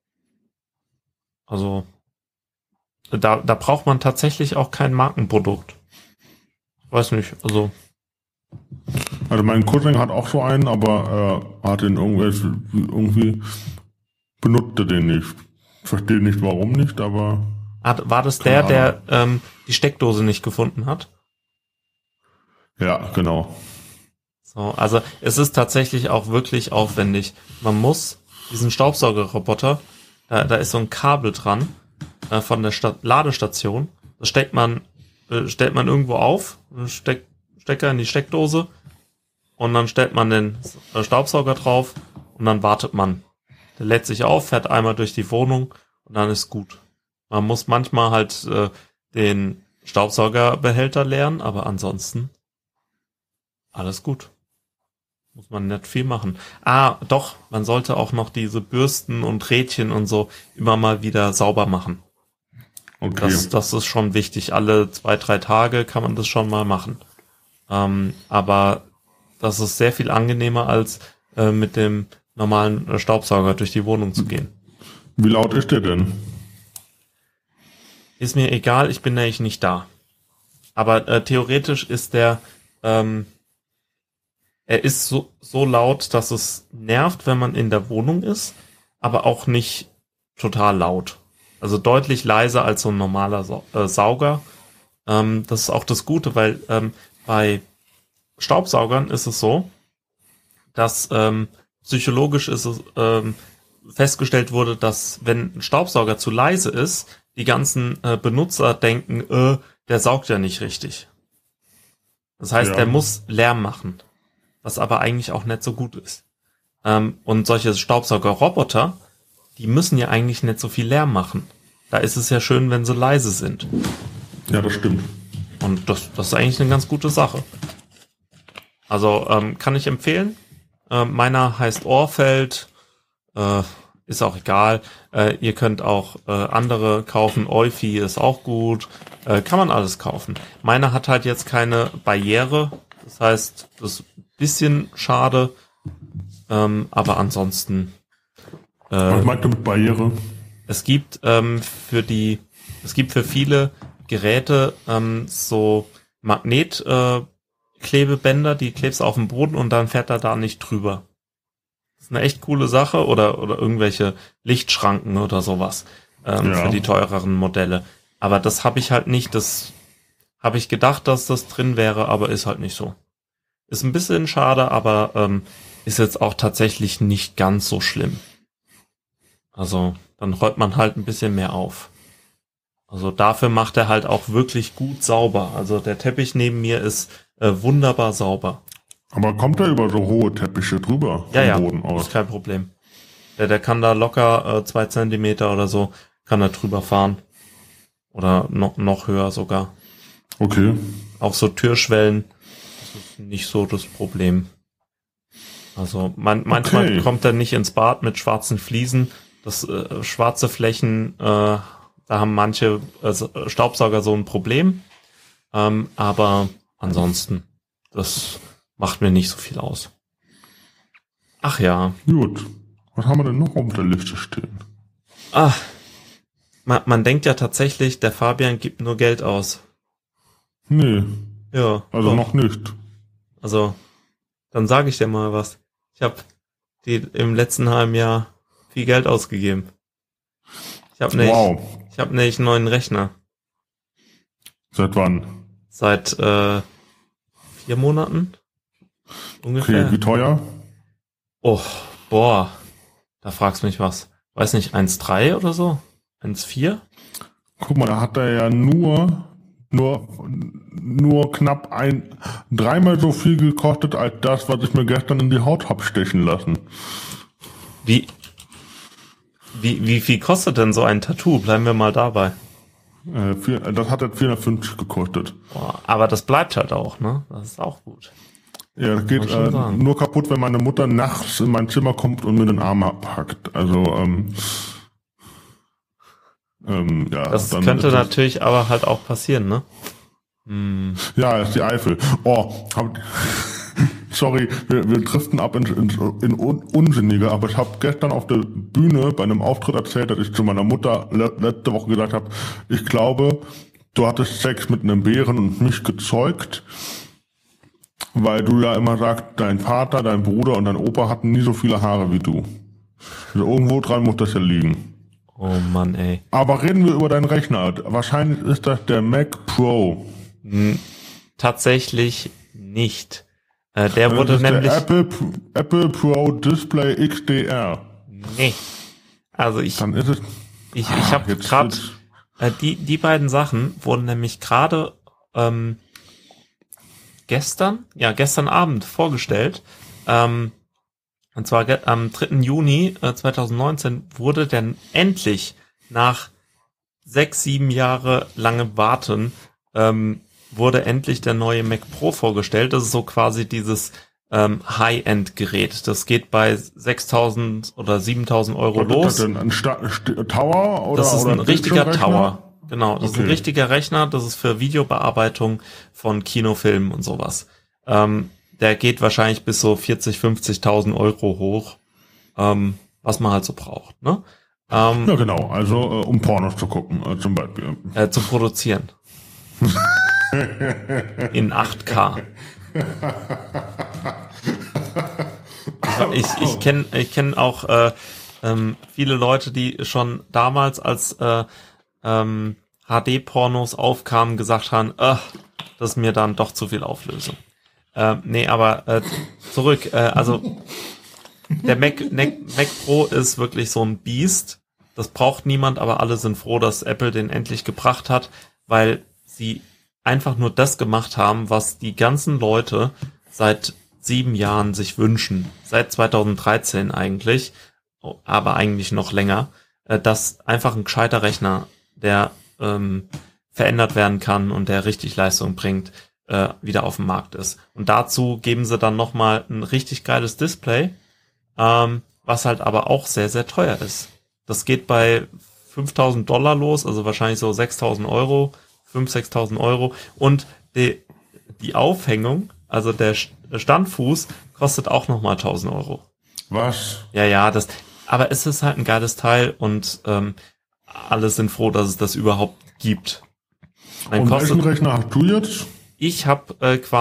Also da braucht man tatsächlich auch kein Markenprodukt. Ich weiß nicht, also mein Cousin hat auch so einen, aber er hat den irgendwie benutzt er den nicht. Ich verstehe nicht, warum nicht, aber... War das der die Steckdose nicht gefunden hat? Ja, genau. So, also es ist tatsächlich auch wirklich aufwendig. Man muss diesen Staubsaugerroboter, da ist so ein Kabel dran von der Ladestation. Das stellt man irgendwo auf, Stecker in die Steckdose und dann stellt man den Staubsauger drauf und dann wartet man. Der lädt sich auf, fährt einmal durch die Wohnung und dann ist gut. Man muss manchmal halt den Staubsaugerbehälter leeren, aber ansonsten alles gut. Muss man nicht viel machen. Doch, man sollte auch noch diese Bürsten und Rädchen und so immer mal wieder sauber machen. Okay. Das ist schon wichtig. Alle 2-3 Tage kann man das schon mal machen. Aber das ist sehr viel angenehmer, als mit dem normalen Staubsauger durch die Wohnung zu gehen. Wie laut ist der denn? Ist mir egal, ich bin nämlich nicht da. Aber theoretisch ist der er ist so laut, dass es nervt, wenn man in der Wohnung ist, aber auch nicht total laut. Also deutlich leiser als so ein normaler Sauger. Das ist auch das Gute, weil bei Staubsaugern ist es so, dass psychologisch ist es festgestellt wurde, dass wenn ein Staubsauger zu leise ist, die ganzen Benutzer denken, der saugt ja nicht richtig. Das heißt, der muss Lärm machen, was aber eigentlich auch nicht so gut ist. Und solche Staubsaugerroboter, die müssen ja eigentlich nicht so viel Lärm machen. Da ist es ja schön, wenn sie leise sind. Ja, das stimmt. Und das ist eigentlich eine ganz gute Sache. Also kann ich empfehlen. Meiner heißt Orfeld. Ist auch egal. Ihr könnt auch andere kaufen. Eufy ist auch gut. Kann man alles kaufen. Meiner hat halt jetzt keine Barriere. Das heißt, das ist ein bisschen schade. Aber ansonsten... Was meinst du mit Barriere? Es gibt für viele Geräte so Magnetklebebänder, die klebst du auf den Boden und dann fährt er da nicht drüber. Das ist eine echt coole Sache oder irgendwelche Lichtschranken oder sowas für die teureren Modelle. Aber das habe ich halt nicht. Das habe ich gedacht, dass das drin wäre, aber ist halt nicht so. Ist ein bisschen schade, aber ist jetzt auch tatsächlich nicht ganz so schlimm. Also dann räumt man halt ein bisschen mehr auf. Also dafür macht er halt auch wirklich gut sauber. Also der Teppich neben mir ist wunderbar sauber. Aber kommt er über so hohe Teppiche drüber vom Boden aus? Ist kein Problem. Der kann da locker 2 Zentimeter oder so, kann er drüber fahren. Oder noch höher sogar. Okay. Auch so Türschwellen, das ist nicht so das Problem. Also manchmal kommt er nicht ins Bad mit schwarzen Fliesen. Das schwarze Flächen, da haben manche Staubsauger so ein Problem. Aber ansonsten, das macht mir nicht so viel aus. Ach ja. Gut. Was haben wir denn noch auf der Liste stehen? Man denkt ja tatsächlich, der Fabian gibt nur Geld aus. Nee. Ja. Also doch. noch nicht. Also, dann sage ich dir mal was. Ich habe im letzten halben Jahr viel Geld ausgegeben. Ich habe nämlich einen neuen Rechner. Seit wann? Seit 4 Monaten ungefähr. Okay, wie teuer? Oh, boah. Da fragst du mich was. Weiß nicht, 1,3 oder so? 1,4? Guck mal, da hat er ja nur knapp dreimal so viel gekostet als das, was ich mir gestern in die Haut hab stechen lassen. Wie viel kostet denn so ein Tattoo? Bleiben wir mal dabei. Das hat jetzt 450 gekostet. Boah, aber das bleibt halt auch, ne? Das ist auch gut. Ja, das geht nur kaputt, wenn meine Mutter nachts in mein Zimmer kommt und mir den Arm abhackt. Also, ja. Das könnte natürlich aber halt auch passieren, ne? Ja, ist die Eifel. Sorry, wir driften ab in Unsinnige, aber ich habe gestern auf der Bühne bei einem Auftritt erzählt, dass ich zu meiner Mutter letzte Woche gesagt habe, ich glaube, du hattest Sex mit einem Bären und mich gezeugt, weil du ja immer sagst, dein Vater, dein Bruder und dein Opa hatten nie so viele Haare wie du. Also irgendwo dran muss das ja liegen. Oh Mann, ey. Aber reden wir über deinen Rechner. Wahrscheinlich ist das der Mac Pro. Tatsächlich nicht. Der wurde nämlich... Der Apple Pro Display XDR. Nee. Also Dann ist es... Ich habe gerade... Die beiden Sachen wurden nämlich gerade gestern Abend vorgestellt. Und zwar am 3. Juni 2019 wurde dann endlich nach 6-7 Jahre langem Warten wurde endlich der neue Mac Pro vorgestellt. Das ist so quasi dieses High-End-Gerät. Das geht bei 6.000 oder 7.000 Euro los. Ist das denn ein Tower? Oder, das ist ein richtiger Tower. Genau, das Okay. ist ein richtiger Rechner. Das ist für Videobearbeitung von Kinofilmen und sowas. Der geht wahrscheinlich bis so 40.000, 50.000 Euro hoch, was man halt so braucht. Ne? Ja, genau. Also um Pornos zu gucken, zum Beispiel. Zu produzieren. In 8K. Ich kenn auch viele Leute, die schon damals als HD-Pornos aufkamen, gesagt haben, das ist mir dann doch zu viel Auflösung. Nee, aber zurück. Also der Mac Pro ist wirklich so ein Biest. Das braucht niemand, aber alle sind froh, dass Apple den endlich gebracht hat, weil sie einfach nur das gemacht haben, was die ganzen Leute seit 7 Jahren sich wünschen, seit 2013 eigentlich, aber eigentlich noch länger, dass einfach ein gescheiter Rechner, der verändert werden kann und der richtig Leistung bringt, wieder auf dem Markt ist. Und dazu geben sie dann nochmal ein richtig geiles Display, was halt aber auch sehr, sehr teuer ist. Das geht bei $5.000 los, also wahrscheinlich so 6.000 Euro, 5.000, 6.000 Euro. Und die Aufhängung, also der Standfuß, kostet auch nochmal 1.000 Euro. Was? Ja, aber es ist halt ein geiles Teil und alle sind froh, dass es das überhaupt gibt. Und welchen Rechner hast du jetzt? Ich habe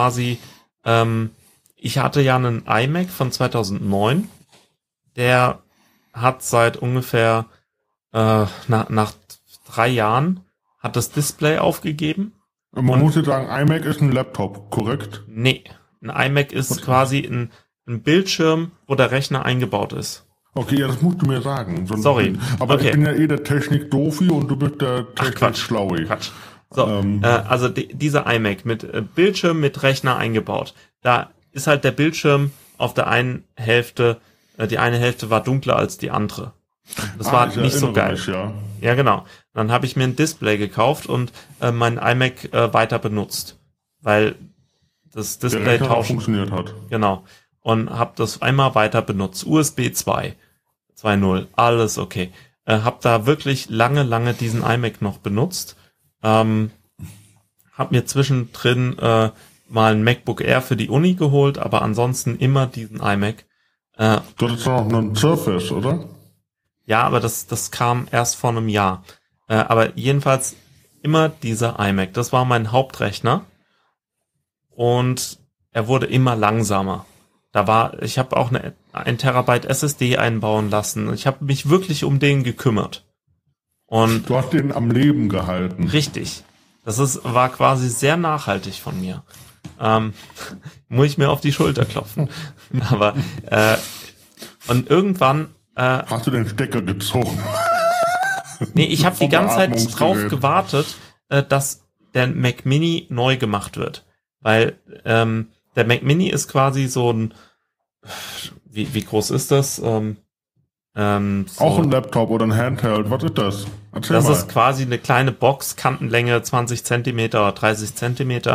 ich hatte ja einen iMac von 2009, der hat seit ungefähr nach 3 Jahren hat das Display aufgegeben. Man muss jetzt sagen, iMac ist ein Laptop, korrekt? Nee, ein iMac ist quasi ein Bildschirm, wo der Rechner eingebaut ist. Okay, ja, das musst du mir sagen. Sorry. Aber okay. Ich bin ja der Technik-Dofi und du bist der Technik-Schlaui. Quatsch. So, also dieser iMac mit Bildschirm, mit Rechner eingebaut. Da ist halt der Bildschirm auf der einen Hälfte, die eine Hälfte war dunkler als die andere. Das war nicht so geil. Ja, genau. Dann habe ich mir ein Display gekauft und mein iMac weiter benutzt, weil das Display funktioniert hat. Genau. Und habe das einmal weiter benutzt. USB 2.0, alles okay. Hab da wirklich lange diesen iMac noch benutzt. Hab mir zwischendrin mal ein MacBook Air für die Uni geholt, aber ansonsten immer diesen iMac. Du hattest noch einen Surface, oder? Ja, aber das kam erst vor einem Jahr. Aber jedenfalls immer dieser iMac. Das war mein Hauptrechner. Und er wurde immer langsamer. Ich habe auch eine 1 Terabyte SSD einbauen lassen. Ich habe mich wirklich um den gekümmert. Und du hast den am Leben gehalten. Richtig. War quasi sehr nachhaltig von mir. Muss ich mir auf die Schulter klopfen. Aber und irgendwann hast du den Stecker gezogen? Nee, ich habe die ganze Zeit drauf gewartet, dass der Mac Mini neu gemacht wird. Weil der Mac Mini ist quasi so ein, wie groß ist das? So, auch ein Laptop oder ein Handheld, was ist das? Erzähl mal. Ist quasi eine kleine Box, Kantenlänge 20 Zentimeter oder 30 Zentimeter,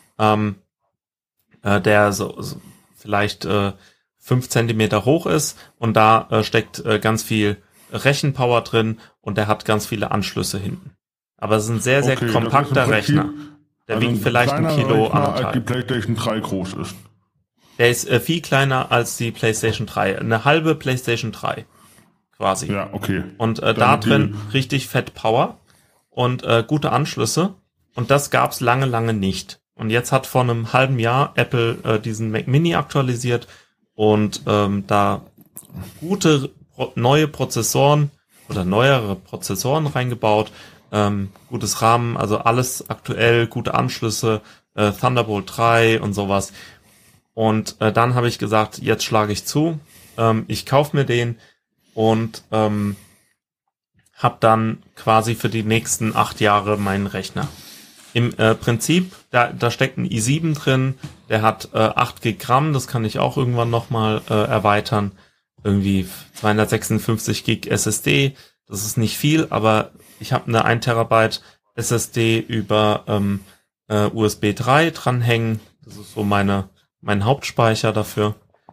der so vielleicht 5 Zentimeter hoch ist und da steckt ganz viel Rechenpower drin und der hat ganz viele Anschlüsse hinten. Aber es ist ein sehr, sehr kompakter Rechner. Der wiegt vielleicht 1 Kilo, als die PlayStation 3 groß ist. Der ist viel kleiner als die PlayStation 3. Eine halbe PlayStation 3. Quasi. Ja, okay. Und da drin richtig fett Power und gute Anschlüsse. Und das gab's lange nicht. Und jetzt hat vor einem halben Jahr Apple diesen Mac Mini aktualisiert und da gute neue Prozessoren oder neuere Prozessoren reingebaut. Gutes Rahmen, also alles aktuell, gute Anschlüsse, Thunderbolt 3 und sowas. Und dann habe ich gesagt, jetzt schlage ich zu. Ich kaufe mir den und habe dann quasi für die nächsten 8 Jahre meinen Rechner. Im Prinzip, da steckt ein i7 drin, der hat 8 GB RAM, das kann ich auch irgendwann nochmal erweitern. Irgendwie 256 GB SSD, das ist nicht viel, aber ich habe eine 1 Terabyte SSD über USB 3 dranhängen. Das ist so mein Hauptspeicher dafür.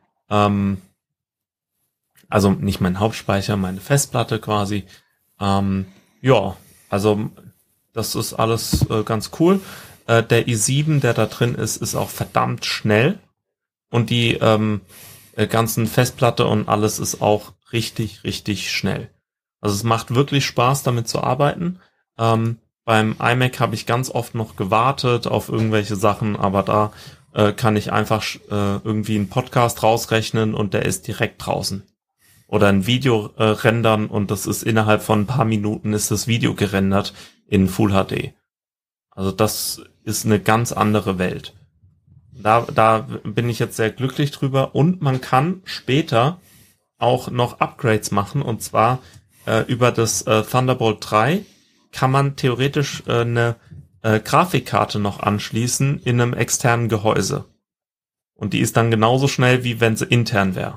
Also nicht mein Hauptspeicher, meine Festplatte quasi. Ja, also das ist alles ganz cool. Der i7, der da drin ist auch verdammt schnell. Und die ganzen Festplatte und alles ist auch richtig schnell. Also es macht wirklich Spaß, damit zu arbeiten. Beim iMac habe ich ganz oft noch gewartet auf irgendwelche Sachen, aber da kann ich einfach irgendwie einen Podcast rausrechnen und der ist direkt draußen. Oder ein Video rendern und das ist innerhalb von ein paar Minuten ist das Video gerendert in Full HD. Also das ist eine ganz andere Welt. Da bin ich jetzt sehr glücklich drüber und man kann später auch noch Upgrades machen und zwar über das Thunderbolt 3 kann man theoretisch eine Grafikkarte noch anschließen in einem externen Gehäuse. Und die ist dann genauso schnell, wie wenn sie intern wäre.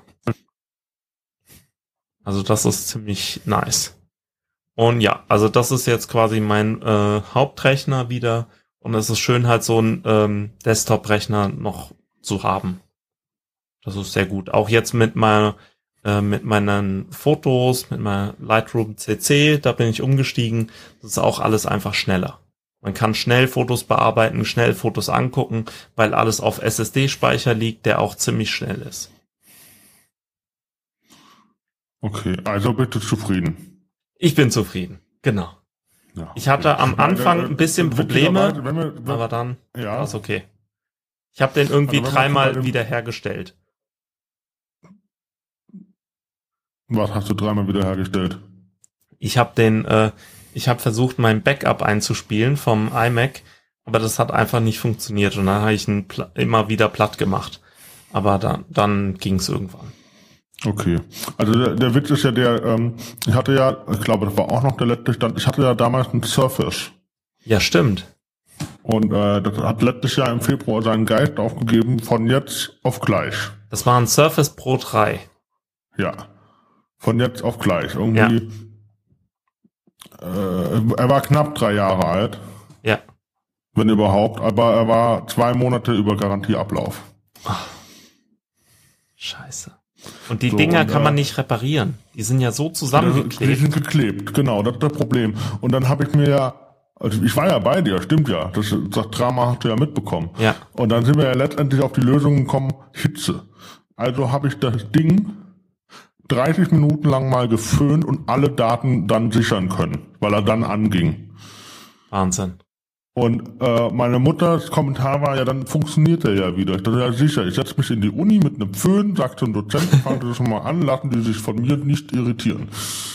Also das ist ziemlich nice. Und ja, also das ist jetzt quasi mein Hauptrechner wieder. Und es ist schön, halt so einen Desktop-Rechner noch zu haben. Das ist sehr gut. Auch jetzt mit meinen Fotos, mit meiner Lightroom CC, da bin ich umgestiegen. Das ist auch alles einfach schneller. Man kann schnell Fotos bearbeiten, schnell Fotos angucken, weil alles auf SSD-Speicher liegt, der auch ziemlich schnell ist. Okay, also bitte zufrieden. Ich bin zufrieden, genau. Ja, ich hatte am Anfang ein bisschen Probleme, aber dann war es okay. Ich habe den irgendwie dreimal wiederhergestellt. Was hast du dreimal wiederhergestellt? Ich habe versucht, mein Backup einzuspielen vom iMac, aber das hat einfach nicht funktioniert und dann habe ich ihn immer wieder platt gemacht. Aber dann ging es irgendwann. Okay. Also der Witz ist ja ich hatte ja, ich glaube, das war auch noch der letzte Stand, ich hatte ja damals einen Surface. Ja, stimmt. Und das hat letztes Jahr im Februar seinen Geist aufgegeben, von jetzt auf gleich. Das war ein Surface Pro 3. Ja. Von jetzt auf gleich. Irgendwie. Ja. Er war knapp 3 Jahre alt. Ja. Wenn überhaupt. Aber er war 2 Monate über Garantieablauf. Ach. Scheiße. Und die Dinger kann man nicht reparieren. Die sind ja so zusammengeklebt. Die sind geklebt, genau, das ist das Problem. Und dann habe ich mir also ich war ja bei dir, stimmt ja. Das Drama hast du ja mitbekommen. Ja. Und dann sind wir ja letztendlich auf die Lösung gekommen, Hitze. Also habe ich das Ding 30 Minuten lang mal geföhnt und alle Daten dann sichern können, weil er dann anging. Wahnsinn. Und meine Mutters Kommentar war ja, dann funktioniert er ja wieder. Ich dachte, ja sicher, ich setze mich in die Uni mit einem Föhn, sagt zum Dozenten, fangt das schon mal an, lassen die sich von mir nicht irritieren.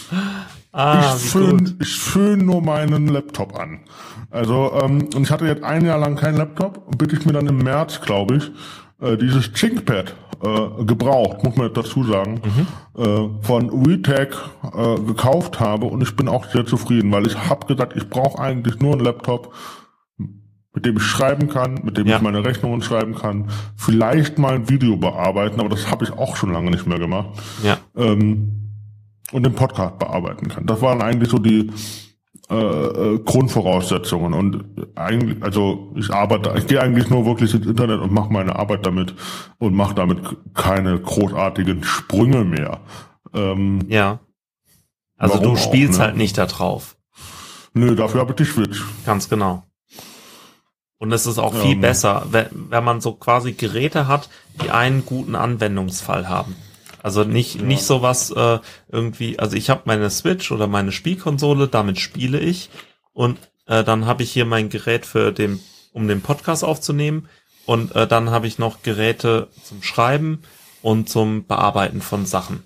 Ich föhn nur meinen Laptop an. Also, und ich hatte jetzt 1 Jahr lang keinen Laptop, bis ich mir dann im März, glaube ich, dieses ThinkPad gebraucht, muss man jetzt dazu sagen, von WeTech gekauft habe und ich bin auch sehr zufrieden, weil ich habe gesagt, ich brauche eigentlich nur einen Laptop, mit dem ich schreiben kann, mit dem ich meine Rechnungen schreiben kann, vielleicht mal ein Video bearbeiten, aber das habe ich auch schon lange nicht mehr gemacht. Ja. Und den Podcast bearbeiten kann. Das waren eigentlich so die Grundvoraussetzungen und eigentlich, also ich gehe eigentlich nur wirklich ins Internet und mache meine Arbeit damit und mache damit keine großartigen Sprünge mehr. Ja. Also du spielst halt nicht da drauf. Nö, dafür habe ich die Switch. Ganz genau. Und es ist auch viel besser, wenn man so quasi Geräte hat, die einen guten Anwendungsfall haben. Also nicht sowas irgendwie, also ich habe meine Switch oder meine Spielkonsole, damit spiele ich und dann habe ich hier mein Gerät um den Podcast aufzunehmen und dann habe ich noch Geräte zum Schreiben und zum Bearbeiten von Sachen.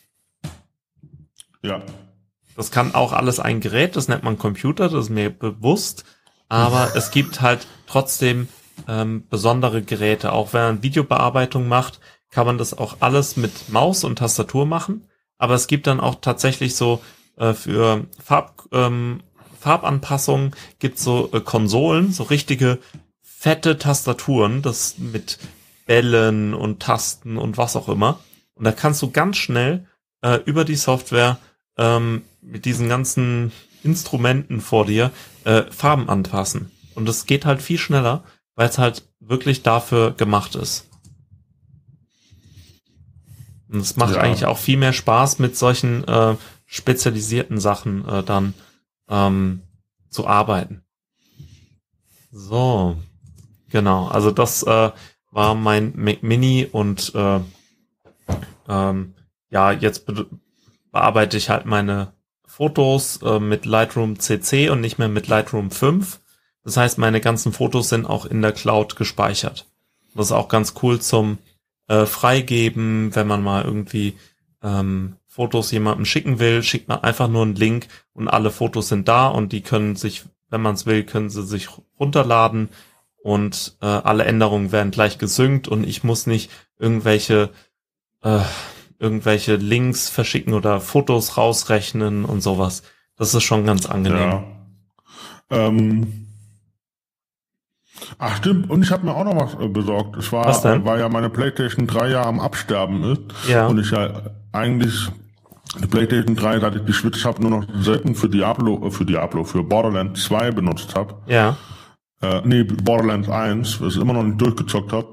Ja. Das kann auch alles ein Gerät, das nennt man Computer, das ist mir bewusst, aber es gibt halt trotzdem besondere Geräte, auch wenn man Videobearbeitung macht, kann man das auch alles mit Maus und Tastatur machen, aber es gibt dann auch tatsächlich so für Farbanpassungen gibt's so Konsolen, so richtige fette Tastaturen, das mit Bällen und Tasten und was auch immer. Und da kannst du ganz schnell über die Software mit diesen ganzen Instrumenten vor dir Farben anpassen. Und das geht halt viel schneller, weil es halt wirklich dafür gemacht ist. Und es macht eigentlich auch viel mehr Spaß, mit solchen spezialisierten Sachen dann zu arbeiten. So, genau. Also das war mein Mac Mini und jetzt bearbeite ich halt meine Fotos mit Lightroom CC und nicht mehr mit Lightroom 5. Das heißt, meine ganzen Fotos sind auch in der Cloud gespeichert. Das ist auch ganz cool zum freigeben, wenn man mal irgendwie Fotos jemandem schicken will, schickt man einfach nur einen Link und alle Fotos sind da und die können sich, wenn man es will, können sie sich runterladen und alle Änderungen werden gleich gesynkt und ich muss nicht irgendwelche Links verschicken oder Fotos rausrechnen und sowas. Das ist schon ganz angenehm. Ja. Ach stimmt, und ich habe mir auch noch was besorgt. Was denn? War ja meine PlayStation 3 ja am Absterben ist. Ja. Und ich ja eigentlich die PlayStation 3, seit ich die Switch habe, nur noch selten für Borderlands 2 benutzt habe. Ja. Borderlands 1, was ich immer noch nicht durchgezockt habe.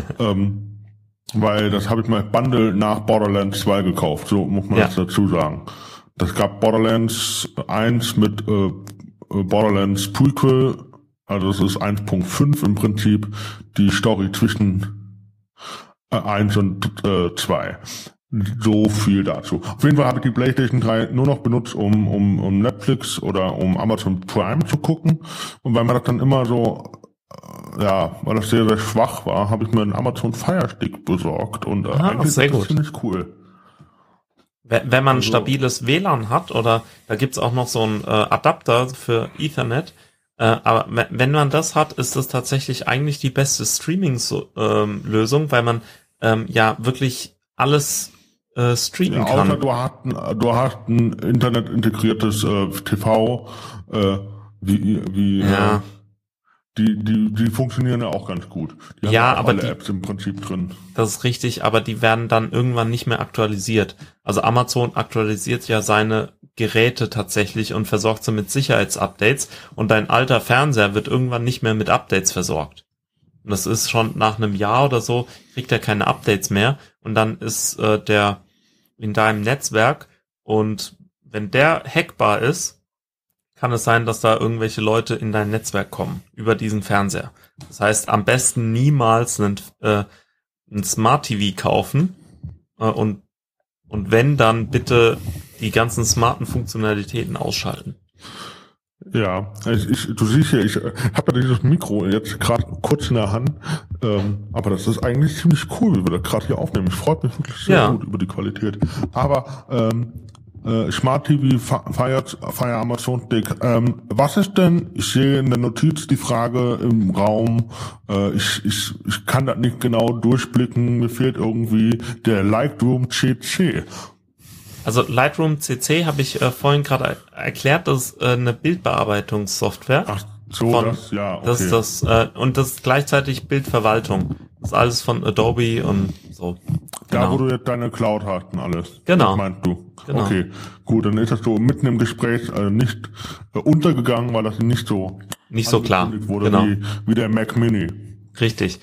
Weil das habe ich mal Bundle nach Borderlands 2 gekauft, so muss man das dazu sagen. Das gab Borderlands 1 mit Borderlands Prequel, also das ist 1.5 im Prinzip, die Story zwischen 1 und 2. So viel dazu. Auf jeden Fall habe ich die PlayStation 3 nur noch benutzt, um Netflix oder um Amazon Prime zu gucken. Und weil man das dann immer so, weil das sehr, sehr schwach war, habe ich mir einen Amazon Fire Stick besorgt. Und eigentlich sehr ist das gut. ziemlich cool. Wenn man ein stabiles WLAN hat, oder da gibt's auch noch so einen Adapter für Ethernet, aber wenn man das hat, ist das tatsächlich eigentlich die beste Streaming-Lösung, weil man wirklich alles streamen kann. Außer du hast ein internetintegriertes TV, die funktionieren ja auch ganz gut. Die haben ja auch aber alle Apps im Prinzip drin. Das ist richtig, aber die werden dann irgendwann nicht mehr aktualisiert. Also Amazon aktualisiert ja seine Geräte tatsächlich und versorgt sie mit Sicherheitsupdates, und dein alter Fernseher wird irgendwann nicht mehr mit Updates versorgt. Und das ist schon nach einem Jahr oder so, kriegt er keine Updates mehr, und dann ist der in deinem Netzwerk, und wenn der hackbar ist, kann es sein, dass da irgendwelche Leute in dein Netzwerk kommen über diesen Fernseher. Das heißt, am besten niemals ein Smart TV kaufen und wenn, dann bitte die ganzen smarten Funktionalitäten ausschalten. Ja, du siehst ja, ich habe ja dieses Mikro jetzt gerade kurz in der Hand, aber das ist eigentlich ziemlich cool, wie wir das gerade hier aufnehmen. Ich freue mich wirklich sehr gut über die Qualität. Aber Smart TV, Fire Amazon Stick. Was ist denn, ich sehe in der Notiz die Frage im Raum, ich kann das nicht genau durchblicken, mir fehlt irgendwie der Lightroom CC. Also Lightroom CC habe ich vorhin gerade erklärt, das ist eine Bildbearbeitungssoftware. Ach so, okay. Und das ist gleichzeitig Bildverwaltung. Das ist alles von Adobe und so. Genau. Da, wo du jetzt deine Cloud hast und alles. Genau. Das meinst du? Genau. Okay, gut, dann ist das so mitten im Gespräch nicht untergegangen, weil das nicht so klar wurde, genau. wie der Mac Mini. Richtig.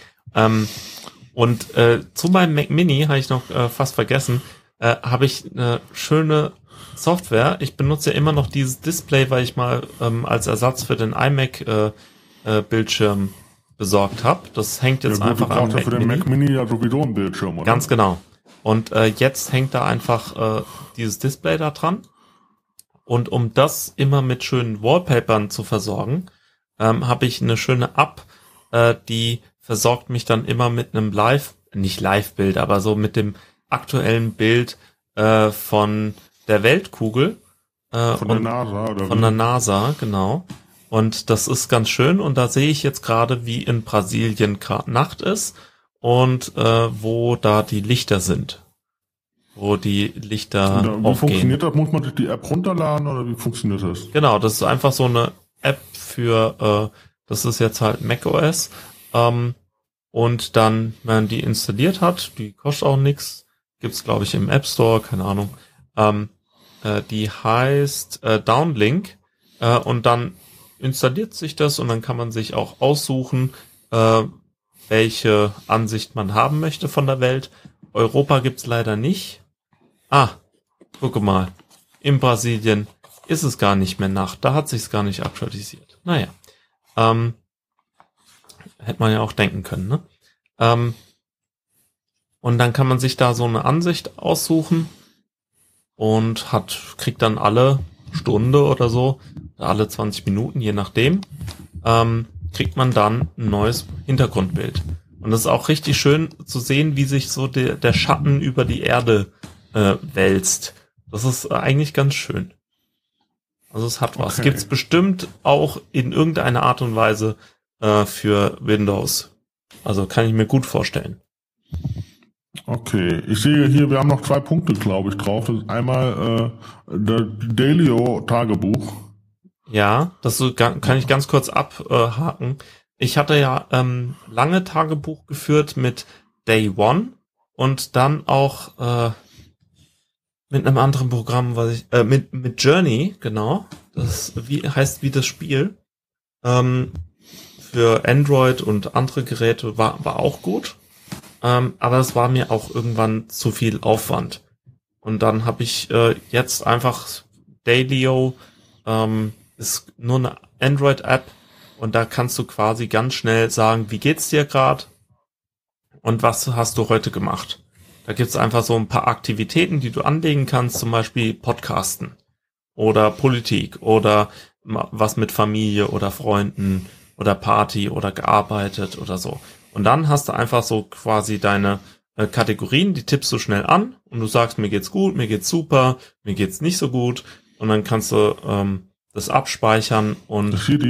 Zu meinem Mac Mini habe ich noch fast vergessen, habe ich eine schöne Software. Ich benutze ja immer noch dieses Display, weil ich mal als Ersatz für den iMac Bildschirm besorgt habe. Das hängt jetzt einfach am Mac für den Mac Mini ja sowieso ein Bildschirm, oder? Ganz genau. Und jetzt hängt da einfach dieses Display da dran. Und um das immer mit schönen Wallpapern zu versorgen, habe ich eine schöne App, die versorgt mich dann immer mit einem nicht Live-Bild, aber so mit dem aktuellen Bild von der Weltkugel. Von der NASA, oder? Von der NASA, genau. Und das ist ganz schön, und da sehe ich jetzt gerade, wie in Brasilien gerade Nacht ist und wo da die Lichter sind. Wo die Lichter wie aufgehen. Funktioniert das? Muss man sich die App runterladen, oder wie funktioniert das? Genau, das ist einfach so eine App für, das ist jetzt halt macOS. Und dann, wenn man die installiert hat, die kostet auch nichts, gibt's glaube ich im App Store, keine Ahnung. Die heißt Downlink, und dann installiert sich das, und dann kann man sich auch aussuchen, welche Ansicht man haben möchte von der Welt. Europa gibt's leider nicht. Gucke mal. In Brasilien ist es gar nicht mehr Nacht. Da hat sich's gar nicht aktualisiert. Naja. Hätte man ja auch denken können, ne? Und dann kann man sich da so eine Ansicht aussuchen und kriegt dann alle Stunde oder so, alle 20 Minuten, je nachdem, kriegt man dann ein neues Hintergrundbild. Und das ist auch richtig schön zu sehen, wie sich so der Schatten über die Erde wälzt. Das ist eigentlich ganz schön. Also es hat was. Okay. Gibt's bestimmt auch in irgendeiner Art und Weise für Windows. Also kann ich mir gut vorstellen. Okay, ich sehe hier, wir haben noch 2 Punkte, glaube ich, drauf. Das ist einmal das Dailyo Tagebuch. Ja, das kann ich ganz kurz abhaken. ich hatte ja lange Tagebuch geführt mit Day One und dann auch mit einem anderen Programm, was ich mit Journey, genau. Das heißt wie das Spiel. Für Android und andere Geräte war auch gut. Aber es war mir auch irgendwann zu viel Aufwand. Und dann habe ich jetzt einfach Dailyo, ist nur eine Android-App und da kannst du quasi ganz schnell sagen, wie geht's dir gerade und was hast du heute gemacht. Da gibt's einfach so ein paar Aktivitäten, die du anlegen kannst, zum Beispiel Podcasten oder Politik oder was mit Familie oder Freunden oder Party oder gearbeitet oder so. Und dann hast du einfach so quasi deine Kategorien, die tippst du schnell an und du sagst, mir geht's gut, mir geht's super, mir geht's nicht so gut und dann kannst du das abspeichern und das hier die?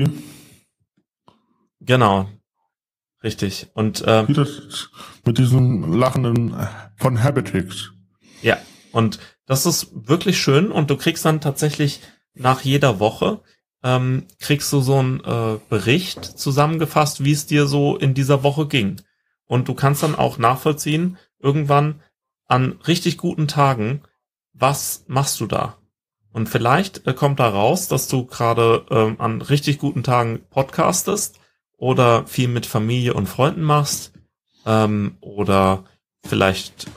Genau, richtig. Und wie das mit diesem lachenden von Habitix. Ja, und das ist wirklich schön und du kriegst dann tatsächlich nach jeder Woche kriegst du so einen Bericht zusammengefasst, wie es dir so in dieser Woche ging. Und du kannst dann auch nachvollziehen, irgendwann an richtig guten Tagen, was machst du da? Und vielleicht kommt da raus, dass du gerade an richtig guten Tagen podcastest oder viel mit Familie und Freunden machst oder vielleicht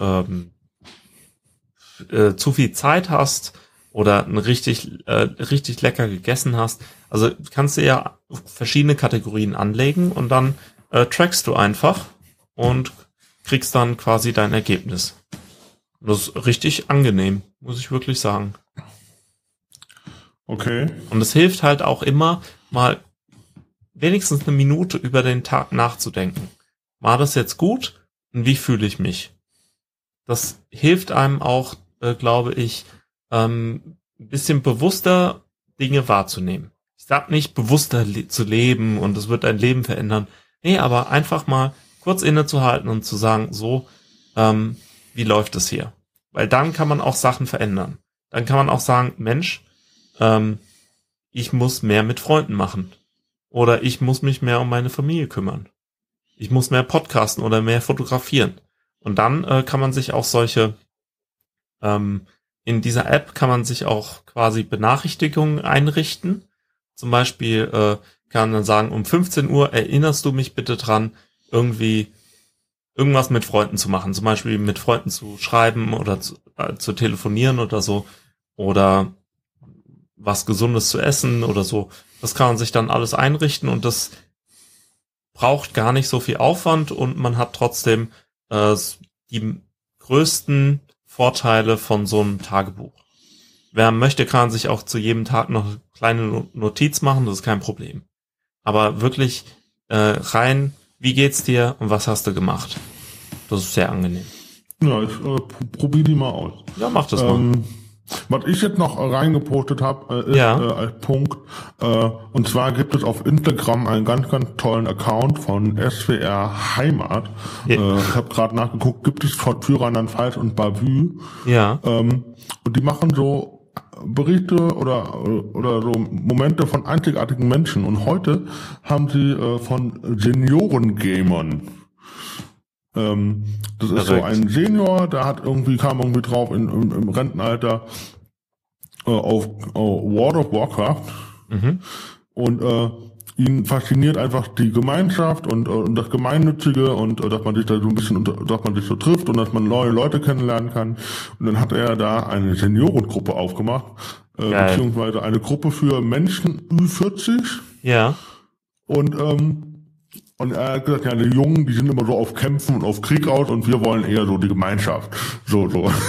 zu viel Zeit hast oder richtig lecker gegessen hast. Also kannst du ja verschiedene Kategorien anlegen und dann trackst du einfach und kriegst dann quasi dein Ergebnis. Das ist richtig angenehm, muss ich wirklich sagen. Okay. Und es hilft halt auch immer, mal wenigstens eine Minute über den Tag nachzudenken. War das jetzt gut? Und wie fühle ich mich? Das hilft einem auch, glaube ich, ein bisschen bewusster Dinge wahrzunehmen. Ich sag nicht, bewusster zu leben und es wird dein Leben verändern. Nee, aber einfach mal kurz innezuhalten und zu sagen, so, wie läuft es hier? Weil dann kann man auch Sachen verändern. Dann kann man auch sagen, Mensch, ich muss mehr mit Freunden machen. Oder ich muss mich mehr um meine Familie kümmern. Ich muss mehr podcasten oder mehr fotografieren. Und dann kann man sich auch solche, in dieser App kann man sich auch quasi Benachrichtigungen einrichten. Zum Beispiel kann man sagen, um 15 Uhr erinnerst du mich bitte dran, irgendwie irgendwas mit Freunden zu machen. Zum Beispiel mit Freunden zu schreiben oder zu telefonieren oder so. Oder was Gesundes zu essen oder so. Das kann man sich dann alles einrichten und das braucht gar nicht so viel Aufwand und man hat trotzdem die größten Vorteile von so einem Tagebuch. Wer möchte, kann sich auch zu jedem Tag noch eine kleine Notiz machen, das ist kein Problem. Aber wirklich rein, wie geht's dir und was hast du gemacht? Das ist sehr angenehm. Ja, ich probiere die mal aus. Ja, mach das mal. Was ich jetzt noch reingepostet habe, ist als Punkt, und zwar gibt es auf Instagram einen ganz, ganz tollen Account von SWR Heimat. Ja. Ich habe gerade nachgeguckt, gibt es für Rheinland-Pfalz und Bavü. Ja. Und die machen so Berichte oder so Momente von einzigartigen Menschen. Und heute haben sie von Seniorengamern. Das ist so ein Senior, der hat kam irgendwie drauf im Rentenalter auf World of Warcraft und ihn fasziniert einfach die Gemeinschaft und das Gemeinnützige und dass man sich da so ein bisschen dass man sich so trifft und dass man neue Leute kennenlernen kann. Und dann hat er da eine Seniorengruppe aufgemacht, beziehungsweise eine Gruppe für Menschen Ü40. Ja. Und er hat gesagt, ja, die Jungen, die sind immer so auf Kämpfen und auf Krieg aus und wir wollen eher so die Gemeinschaft. So.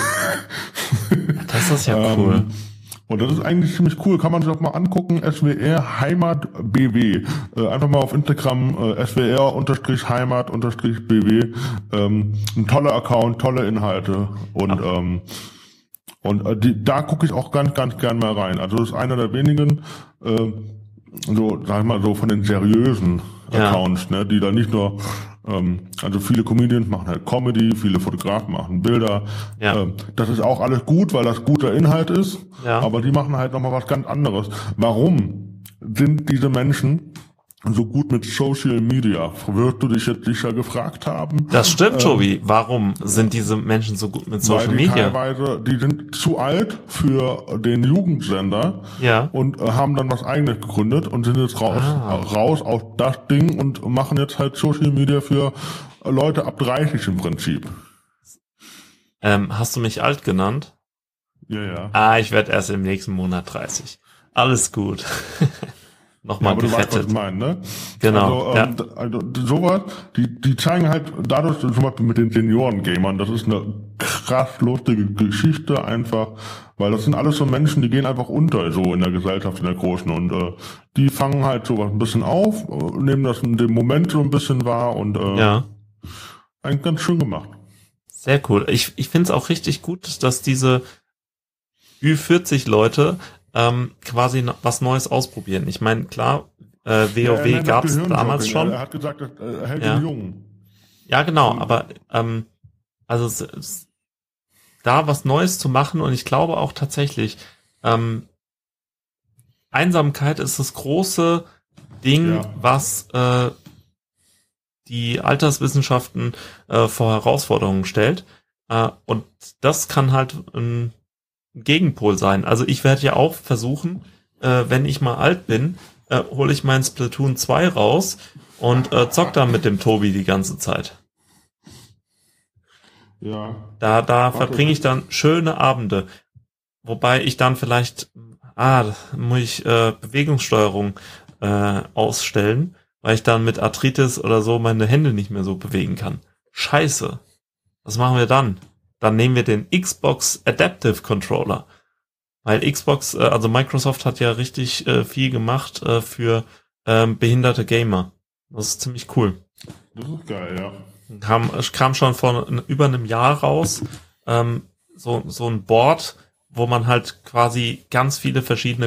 Das ist ja cool. Und das ist eigentlich ziemlich cool. Kann man sich auch mal angucken. SWR Heimat BW. Einfach mal auf Instagram SWR-Heimat-BW. Ein toller Account, tolle Inhalte. Und da gucke ich auch ganz, ganz gern mal rein. Also das ist einer der wenigen, so, sag ich mal, so von den seriösen Accounts, ne, die da nicht nur, also viele Comedians machen halt Comedy, viele Fotografen machen Bilder. Ja. Das ist auch alles gut, weil das guter Inhalt ist, aber die machen halt nochmal was ganz anderes. Warum sind diese Menschen so gut mit Social Media? Wirst du dich jetzt sicher gefragt haben. Das stimmt, Tobi. Warum sind diese Menschen so gut mit Social Media? Teilweise, die sind zu alt für den Jugendsender und haben dann was Eigenes gegründet und sind jetzt raus aus das Ding und machen jetzt halt Social Media für Leute ab 30 im Prinzip. Hast du mich alt genannt? Ja. Ich werde erst im nächsten Monat 30. Alles gut. Nochmal aber gefettet. Du weißt, was ich meine, ne? Genau. Also sowas, die zeigen halt dadurch, zum Beispiel mit den Senioren-Gamern, das ist eine krass lustige Geschichte einfach, weil das sind alles so Menschen, die gehen einfach unter, so in der Gesellschaft, in der Großen, und die fangen halt sowas ein bisschen auf, nehmen das in dem Moment so ein bisschen wahr und eigentlich ganz schön gemacht. Sehr cool. Ich finde es auch richtig gut, dass diese Ü40 Leute quasi was Neues ausprobieren. Ich meine, klar, WoW gab es damals schon. Er hat gesagt, er hält den Jungen. Ja, genau, aber also da was Neues zu machen, und ich glaube auch tatsächlich, Einsamkeit ist das große Ding, was die Alterswissenschaften vor Herausforderungen stellt. Und das kann halt ein Gegenpol sein. Also ich werde ja auch versuchen, wenn ich mal alt bin, hole ich mein Splatoon 2 raus und zock dann mit dem Tobi die ganze Zeit. Ja. Da verbringe ich dann schöne Abende. Wobei ich dann vielleicht, muss ich Bewegungssteuerung ausstellen, weil ich dann mit Arthritis oder so meine Hände nicht mehr so bewegen kann. Scheiße. Was machen wir dann? Dann nehmen wir den Xbox Adaptive Controller. Weil Xbox, also Microsoft hat ja richtig viel gemacht für behinderte Gamer. Das ist ziemlich cool. Das ist geil, ja. Kam schon vor über einem Jahr raus, so ein Board, wo man halt quasi ganz viele verschiedene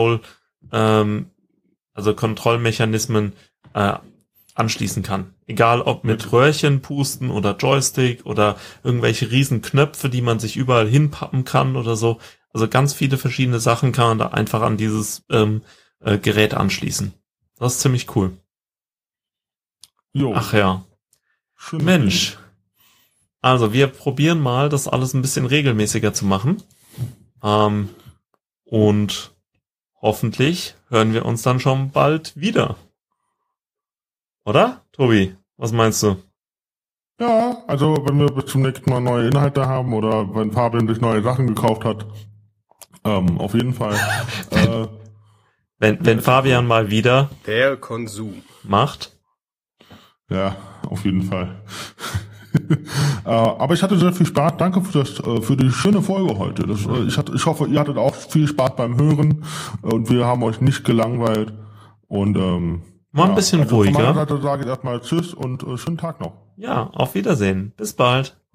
Kontrollmechanismen anschließen kann. Egal ob mit Röhrchen pusten oder Joystick oder irgendwelche riesen Knöpfe, die man sich überall hinpappen kann oder so. Also ganz viele verschiedene Sachen kann man da einfach an dieses Gerät anschließen. Das ist ziemlich cool. Jo. Ach ja. Mensch. Also wir probieren mal, das alles ein bisschen regelmäßiger zu machen. Und hoffentlich hören wir uns dann schon bald wieder. Oder, Tobi? Was meinst du? Ja, also wenn wir bis zum nächsten Mal neue Inhalte haben oder wenn Fabian sich neue Sachen gekauft hat, auf jeden Fall. Wenn Fabian mal wieder der Konsum macht. Ja, auf jeden Fall. Aber ich hatte sehr viel Spaß. Danke für die schöne Folge heute. Ich hoffe, ihr hattet auch viel Spaß beim Hören und wir haben euch nicht gelangweilt. Und mal ein bisschen ruhiger. Von meiner Seite sage ich erstmal Tschüss und schönen Tag noch. Ja, auf Wiedersehen. Bis bald.